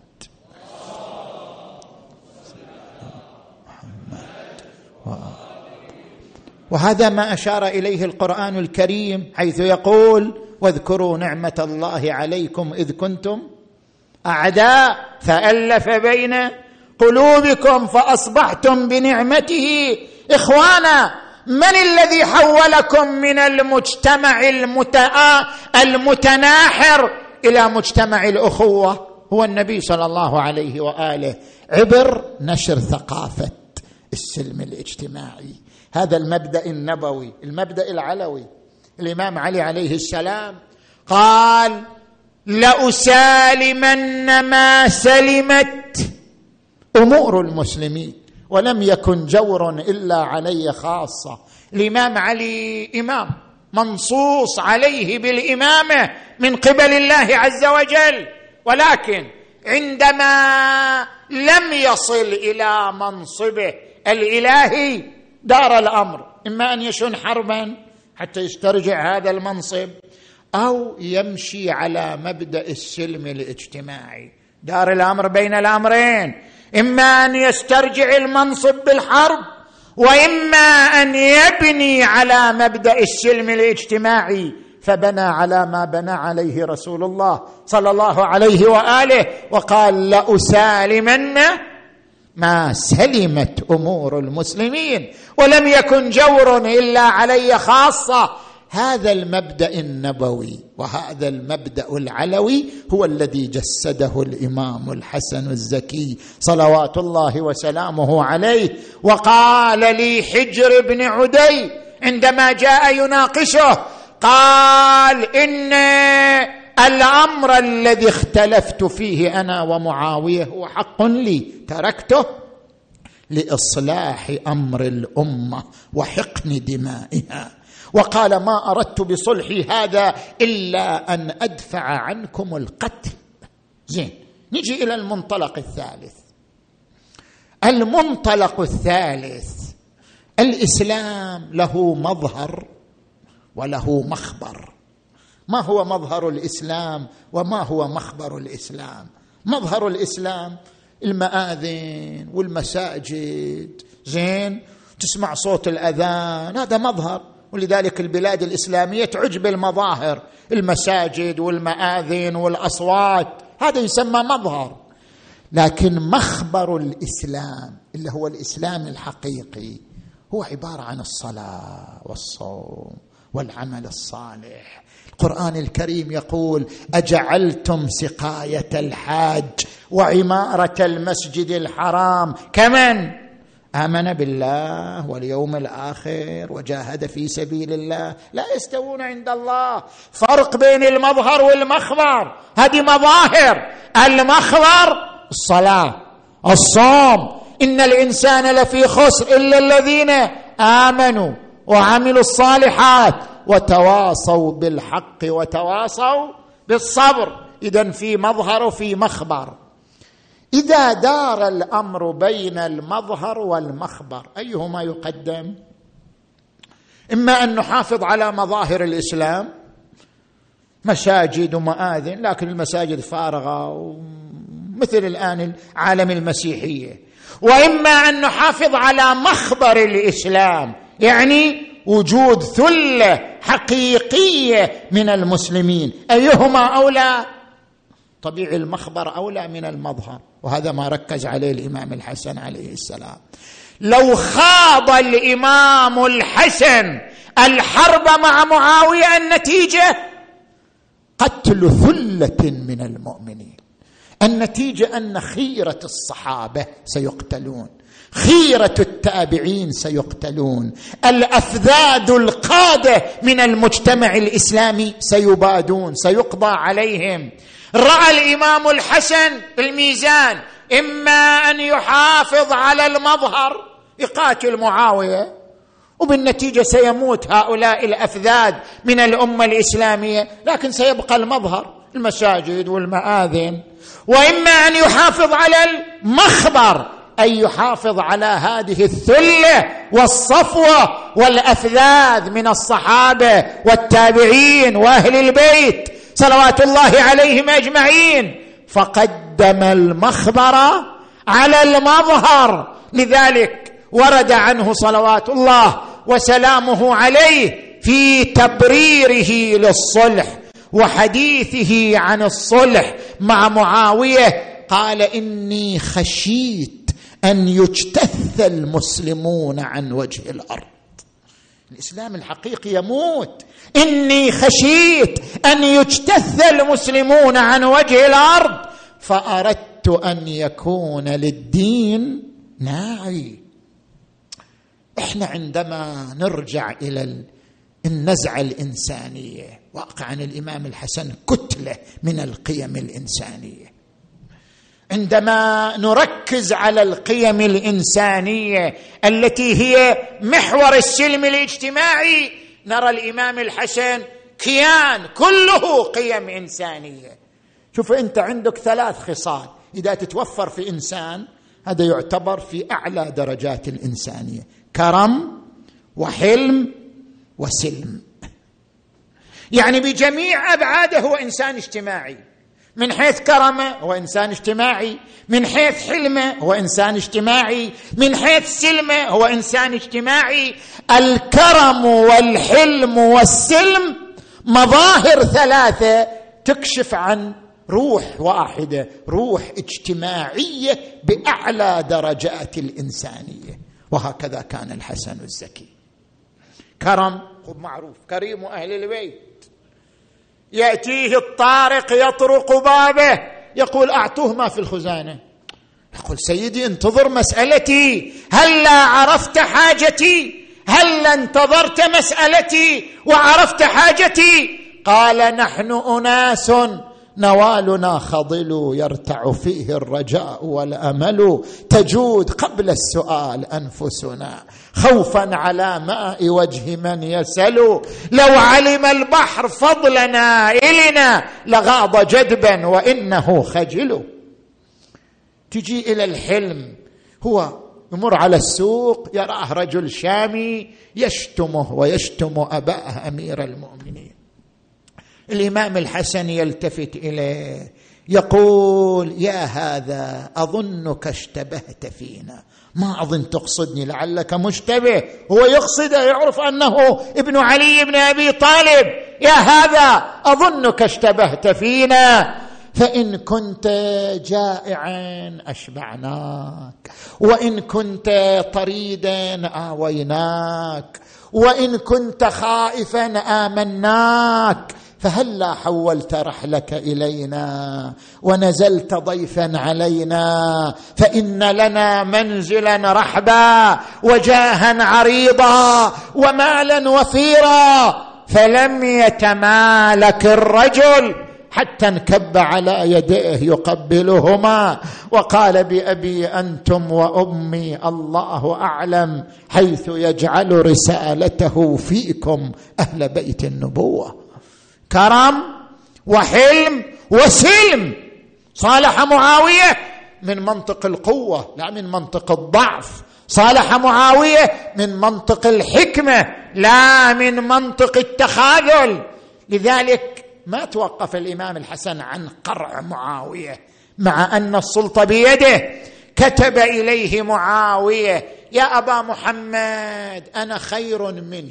وهذا ما أشار إليه القرآن الكريم حيث يقول: واذكروا نعمة الله عليكم إذ كنتم أعداء فألف بين قلوبكم فأصبحتم بنعمته إخوانا. من الذي حولكم من المجتمع المتناحر إلى مجتمع الأخوة؟ هو النبي صلى الله عليه وآله. عبر نشر ثقافة السلم الاجتماعي، هذا المبدأ النبوي. المبدأ العلوي، الإمام علي عليه السلام قال: لأسالمن ما سلمت أمور المسلمين ولم يكن جور إلا علي خاصة. الإمام علي إمام منصوص عليه بالإمامة من قبل الله عز وجل، ولكن عندما لم يصل إلى منصبه الإلهي دار الأمر إما أن يشن حربا حتى يسترجع هذا المنصب، أو يمشي على مبدأ السلم الاجتماعي. دار الأمر بين الأمرين: إما أن يسترجع المنصب بالحرب، وإما أن يبني على مبدأ السلم الاجتماعي، فبنى على ما بنى عليه رسول الله صلى الله عليه وآله وقال: لأسالمن ما سلمت أمور المسلمين ولم يكن جور إلا علي خاصة. هذا المبدأ النبوي وهذا المبدأ العلوي هو الذي جسده الإمام الحسن الزكي صلوات الله وسلامه عليه. وقال لي حجر بن عدي عندما جاء يناقشه، قال: إن الأمر الذي اختلفت فيه أنا ومعاوية هو حق لي، تركته لإصلاح أمر الأمة وحقن دمائها، وقال: ما أردت بصلحي هذا إلا أن أدفع عنكم القتل. زين، نجي إلى المنطلق الثالث. المنطلق الثالث الإسلام له مظهر وله مخبر. ما هو مظهر الإسلام وما هو مخبر الإسلام؟ مظهر الإسلام المآذن والمساجد، زين، تسمع صوت الأذان، هذا مظهر، ولذلك البلاد الإسلامية تعجب المظاهر، المساجد والمآذن والأصوات، هذا يسمى مظهر. لكن مخبر الإسلام اللي هو الإسلام الحقيقي هو عبارة عن الصلاة والصوم والعمل الصالح. القرآن الكريم يقول: أجعلتم سقاية الحاج وعمارة المسجد الحرام كمن آمن بالله واليوم الآخر وجاهد في سبيل الله لا يستوون عند الله. فرق بين المظهر والمخبر، هذه مظاهر. المخبر الصلاة الصوم، إن الإنسان لفي خسر إلا الذين آمنوا وعملوا الصالحات وتواصوا بالحق وتواصوا بالصبر. إذن في مظهر وفي مخبر. إذا دار الأمر بين المظهر والمخبر أيهما يقدم؟ إما أن نحافظ على مظاهر الإسلام، مساجد ومآذن، لكن المساجد فارغة مثل الآن العالم المسيحية، وإما أن نحافظ على مخبر الإسلام، يعني وجود ثلة حقيقية من المسلمين. أيهما أولى؟ طبيعي المخبر أولى من المظهر، وهذا ما ركز عليه الإمام الحسن عليه السلام. لو خاض الإمام الحسن الحرب مع معاوية النتيجة قتل ثلة من المؤمنين، النتيجة أن خيرة الصحابة سيقتلون، خيرة التابعين سيقتلون، الأفذاذ القادة من المجتمع الإسلامي سيبادون، سيقضى عليهم. رأى الإمام الحسن الميزان، إما أن يحافظ على المظهر يقاتل معاوية وبالنتيجة سيموت هؤلاء الأفذاذ من الأمة الإسلامية، لكن سيبقى المظهر المساجد والمآذن، وإما أن يحافظ على المخبر، أن يحافظ على هذه الثلة والصفوة والأفذاذ من الصحابة والتابعين وأهل البيت صلوات الله عليهم أجمعين، فقدم المخبر على المظهر. لذلك ورد عنه صلوات الله وسلامه عليه في تبريره للصلح وحديثه عن الصلح مع معاوية، قال: إني خشيت أن يجتث المسلمون عن وجه الأرض. الإسلام الحقيقي يموت. إني خشيت أن يجتث المسلمون عن وجه الأرض فأردت أن يكون للدين ناعي. إحنا عندما نرجع إلى النزعة الإنسانية، واقعا الإمام الحسن كتلة من القيم الإنسانية، عندما نركز على القيم الإنسانية التي هي محور السلم الاجتماعي، نرى الإمام الحسن كيان كله قيم إنسانية. شوف، أنت عندك ثلاث خصال إذا تتوفر في إنسان هذا يعتبر في أعلى درجات الإنسانية: كرم وحلم وسلم. يعني بجميع أبعاده هو إنسان اجتماعي، من حيث كرمه هو إنسان اجتماعي، من حيث حلمه هو إنسان اجتماعي، من حيث سلمه هو إنسان اجتماعي. الكرم والحلم والسلم مظاهر ثلاثة تكشف عن روح واحدة، روح اجتماعية بأعلى درجات الإنسانية. وهكذا كان الحسن الزكي. كرم معروف، كريم أهل البيت، يأتيه الطارق يطرق بابه يقول: أعطوه ما في الخزانة. يقول: سيدي انتظر مسألتي، هلا عرفت حاجتي، هلا انتظرت مسألتي وعرفت حاجتي. قال: نحن أناس نوالنا خضل يرتع فيه الرجاء والأمل، تجود قبل السؤال أنفسنا خوفا على ماء وجه من يسأل، لو علم البحر فضلنا إلنا لغاض جدبا وإنه خجل. تجي إلى الحلم، هو يمر على السوق يراه رجل شامي يشتمه ويشتم أباه أمير المؤمنين. الإمام الحسن يلتفت إليه يقول: يا هذا أظنك اشتبهت فينا، ما أظن تقصدني، لعلك مشتبه. هو يقصده، يعرف أنه ابن علي بن أبي طالب. يا هذا أظنك اشتبهت فينا، فإن كنت جائعا أشبعناك، وإن كنت طريدا آويناك، وإن كنت خائفا آمناك، فهلا حولت رحلك إلينا ونزلت ضيفا علينا، فإن لنا منزلا رحبا وجاها عريضا ومالا وفيرا. فلم يتمالك الرجل حتى انكب على يديه يقبلهما وقال: بأبي أنتم وأمي الله أعلم حيث يجعل رسالته فيكم أهل بيت النبوة. كرم وحلم وسلم. صالح معاوية من منطق القوة لا من منطق الضعف، صالح معاوية من منطق الحكمة لا من منطق التخاذل. لذلك ما توقف الإمام الحسن عن قرع معاوية مع أن السلطة بيده. كتب إليه معاوية: يا أبا محمد، أنا خير منك،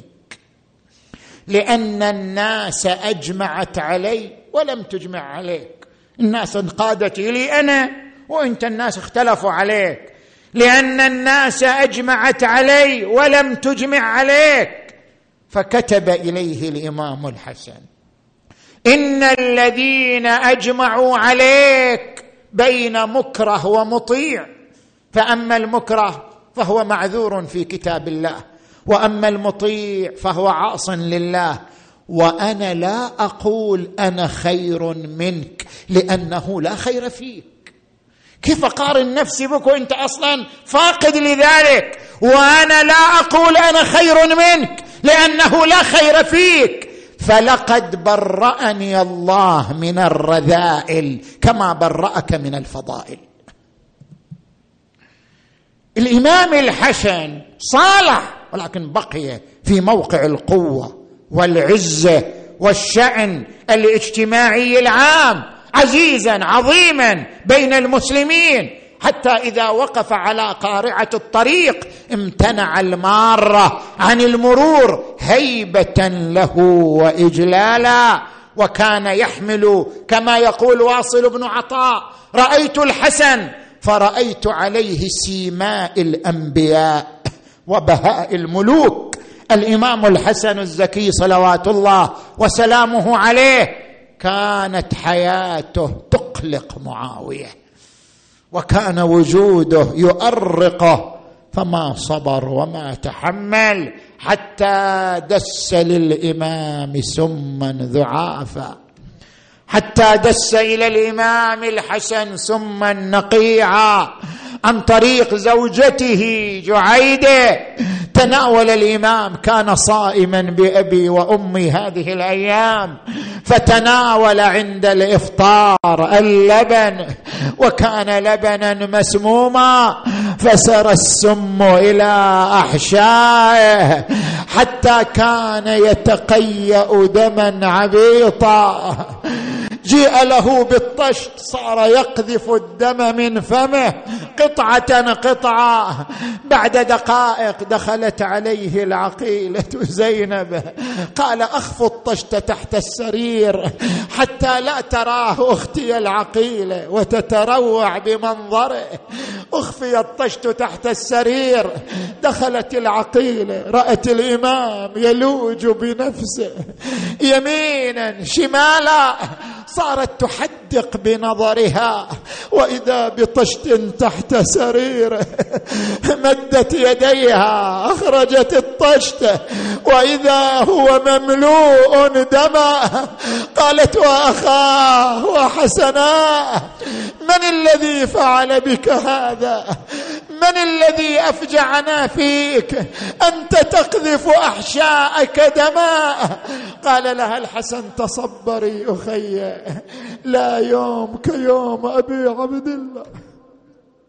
لأن الناس أجمعت علي ولم تجمع عليك. الناس انقادت إلي أنا وأنت الناس اختلفوا عليك، لأن الناس أجمعت علي ولم تجمع عليك. فكتب إليه الإمام الحسن: إن الذين أجمعوا عليك بين مكره ومطيع، فأما المكره فهو معذور في كتاب الله، وأما المطيع فهو عاص لله. وأنا لا أقول أنا خير منك لأنه لا خير فيك. كيف أقارن نفسي بك وأنت أصلا فاقد لذلك؟ وأنا لا أقول أنا خير منك لأنه لا خير فيك. فلقد برأني الله من الرذائل كما برأك من الفضائل. الإمام الحسن صالح، ولكن بقي في موقع القوة والعزة والشأن الاجتماعي العام، عزيزا عظيما بين المسلمين، حتى إذا وقف على قارعة الطريق امتنع المارة عن المرور هيبة له وإجلالا. وكان يحمل كما يقول واصل بن عطاء: رأيت الحسن فرأيت عليه سيماء الأنبياء وبهاء الملوك. الإمام الحسن الزكي صلوات الله وسلامه عليه كانت حياته تقلق معاوية، وكان وجوده يؤرقه، فما صبر وما تحمل حتى دس للإمام سما ذعافا، حتى دس إلى الإمام الحسن سما نقيعا عن طريق زوجته جعيدة. تناول الإمام، كان صائما بأبي وأمي هذه الأيام، فتناول عند الإفطار اللبن، وكان لبنا مسموما، فسر السم إلى أحشائه حتى كان يتقيأ دما عبيطا. جيء له بالطشت، صار يقذف الدم من فمه قطعة قطعة. بعد دقائق دخلت عليه العقيلة زينب، قال: أخف الطشت تحت السرير حتى لا تراه أختي العقيلة وتتروع بمنظره. أخفي الطشت تحت السرير، دخلت العقيلة، رأت الإمام يلوج بنفسه يمينا شمالا، صارت تحدق بنظرها، وإذا بطشت تحت سريره. مدت يديها أخرجت الطشت، وإذا هو مملوء دما. قالت: وأخاه وحسناه، من الذي فعل بك هذا؟ من الذي أفجعنا فيك؟ أنت تقذف أحشاءك دماء. قال لها الحسن: تصبري أخي، لا يوم كيوم أبي عبد الله.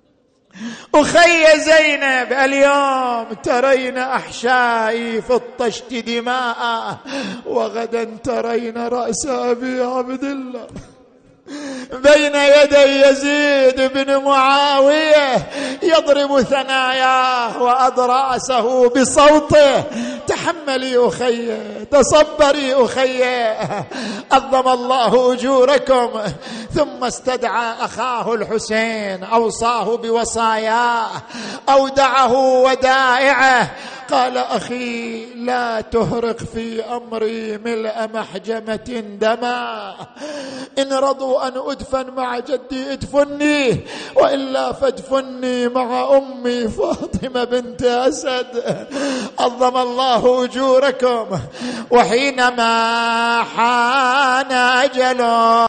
أخي زينب اليوم ترين أحشائي فطشت دماء، وغدا ترين رأس أبي عبد الله بين يدي يزيد بن معاوية يضرب ثناياه وأضراسه بصوته. تحملي أخي، تصبري أخي، عظم الله أجوركم. ثم استدعى أخاه الحسين، أوصاه بوصاياه، أودعه ودائعه، قال أخي لا تهرق في أمري ملء محجمة دما، إن رضوا أن أدفن مع جدي ادفني، وإلا فادفني مع أمي فاطمة بنت أسد، عظم الله أجوركم. وحينما حان أجله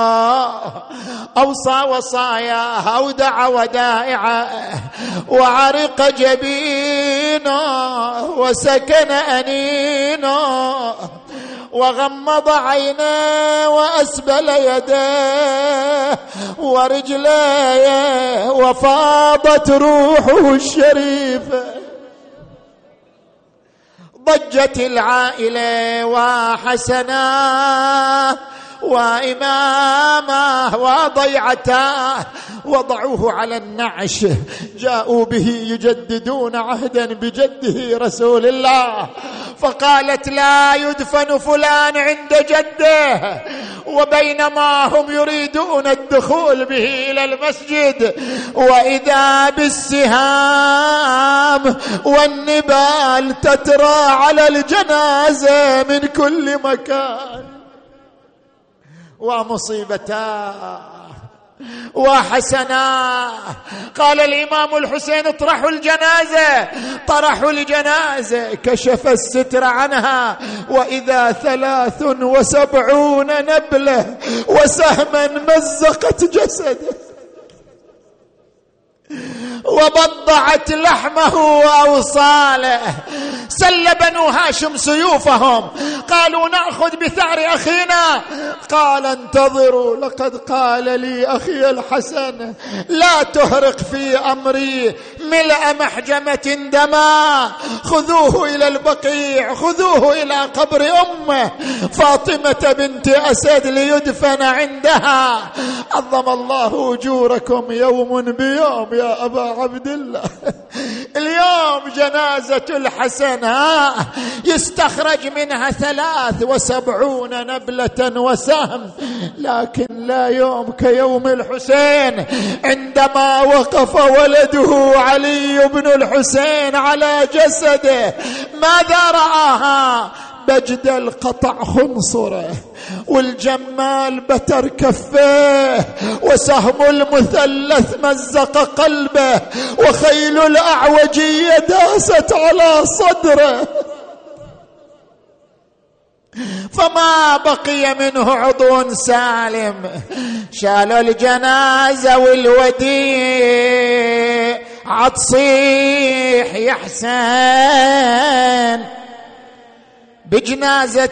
أوصى وصاياه، أودع ودائعه، وعرق جبينه وسكن أنينه، وغمض عينيه وأسبل يديه ورجليه، وفاضت روحه الشريفة. ضجت العائلة وحسناه وإمامه وضيعتاه، وضعوه على النعش، جاءوا به يجددون عهدا بجده رسول الله. فقالت لا يدفن فلان عند جده، وبينما هم يريدون الدخول به إلى المسجد، وإذا بالسهام والنبال تترى على الجنازة من كل مكان. ومصيبتا وحسنا. قال الإمام الحسين اطرحوا الجنازة، طرحوا الجنازة، كشف الستر عنها، وإذا ثلاث وسبعون نبلة وسهما مزقت جسده وبضعت لحمه وأوصاله. سل بنو هاشم سيوفهم، قالوا نأخذ بثأر أخينا. قال انتظروا، لقد قال لي أخي الحسن لا تهرق في أمري ملء محجمة دما، خذوه إلى البقيع، خذوه إلى قبر أمه فاطمة بنت أسد ليدفن عندها. عظم الله أجوركم يوم بيوم يا أبا عبد الله. اليوم جنازة الحسن يستخرج منها ثلاث وسبعون نبلة وسهم، لكن لا يوم كيوم الحسين عندما وقف ولده علي بن الحسين على جسده. ماذا رآها؟ بجد القطع خنصره، والجمال بتر كفيه، وسهم المثلث مزق قلبه، وخيل الأعوجية داست على صدره، فما بقي منه عضو سالم. شالوا الجنازة والوديع عتصيح يحسن بجنازة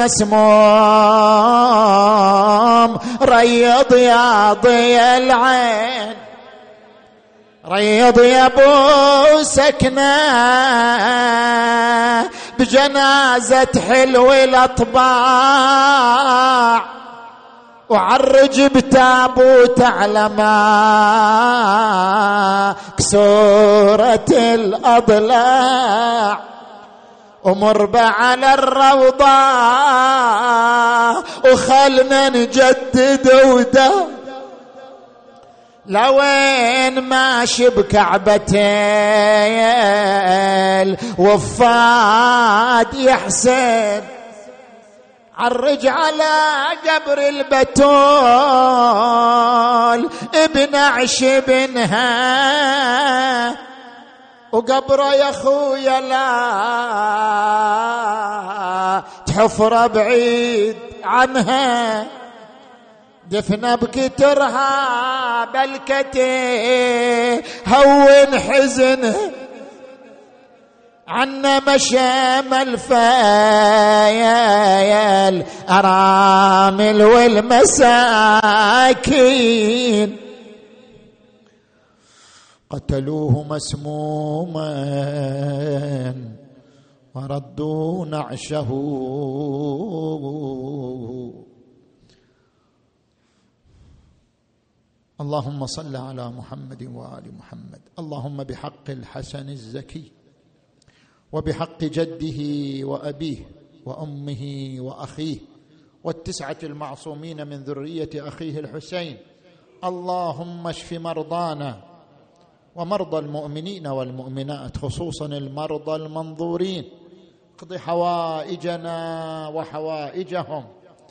المسموم، ريض يا ضي العين، ريض يا ابو سكنة بجنازة حلو الاطباع، وعرج بتابوت على ما كسورة الأضلاع، ومر على الروضة وخلنا نجدد ودا، لوين ماشي بكعبتين وفاد يحسن، عرج على قبر البتول ابن عشبنها، وقبره يا خويا لا تحفر بعيد عنها، دفنا بكترها بلكتي هون حزن، عنا مشام الفايل أرامل والمساكين. قتلوه مسموما وردوا نعشه. اللهم صل على محمد وآل محمد. اللهم بحق الحسن الزكي وبحق جده وأبيه وأمه وأخيه والتسعة المعصومين من ذرية أخيه الحسين، اللهم اشف مرضانا ومرضى المؤمنين والمؤمنات، خصوصا المرضى المنظورين، اقض حوائجنا وحوائجهم.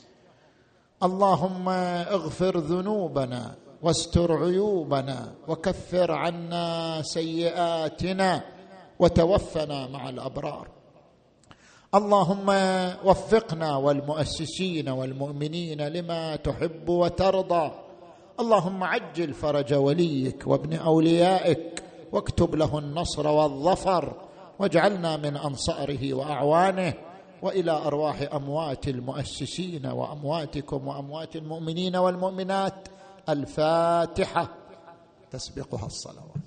اللهم اغفر ذنوبنا واستر عيوبنا وكفر عنا سيئاتنا وتوفنا مع الأبرار. اللهم وفقنا والمؤسسين والمؤمنين لما تحب وترضى. اللهم عجل فرج وليك وابن أوليائك واكتب له النصر والظفر، واجعلنا من أنصاره وأعوانه. وإلى أرواح أموات المؤسسين وأمواتكم وأموات المؤمنين والمؤمنات الفاتحة تسبقها الصلوات.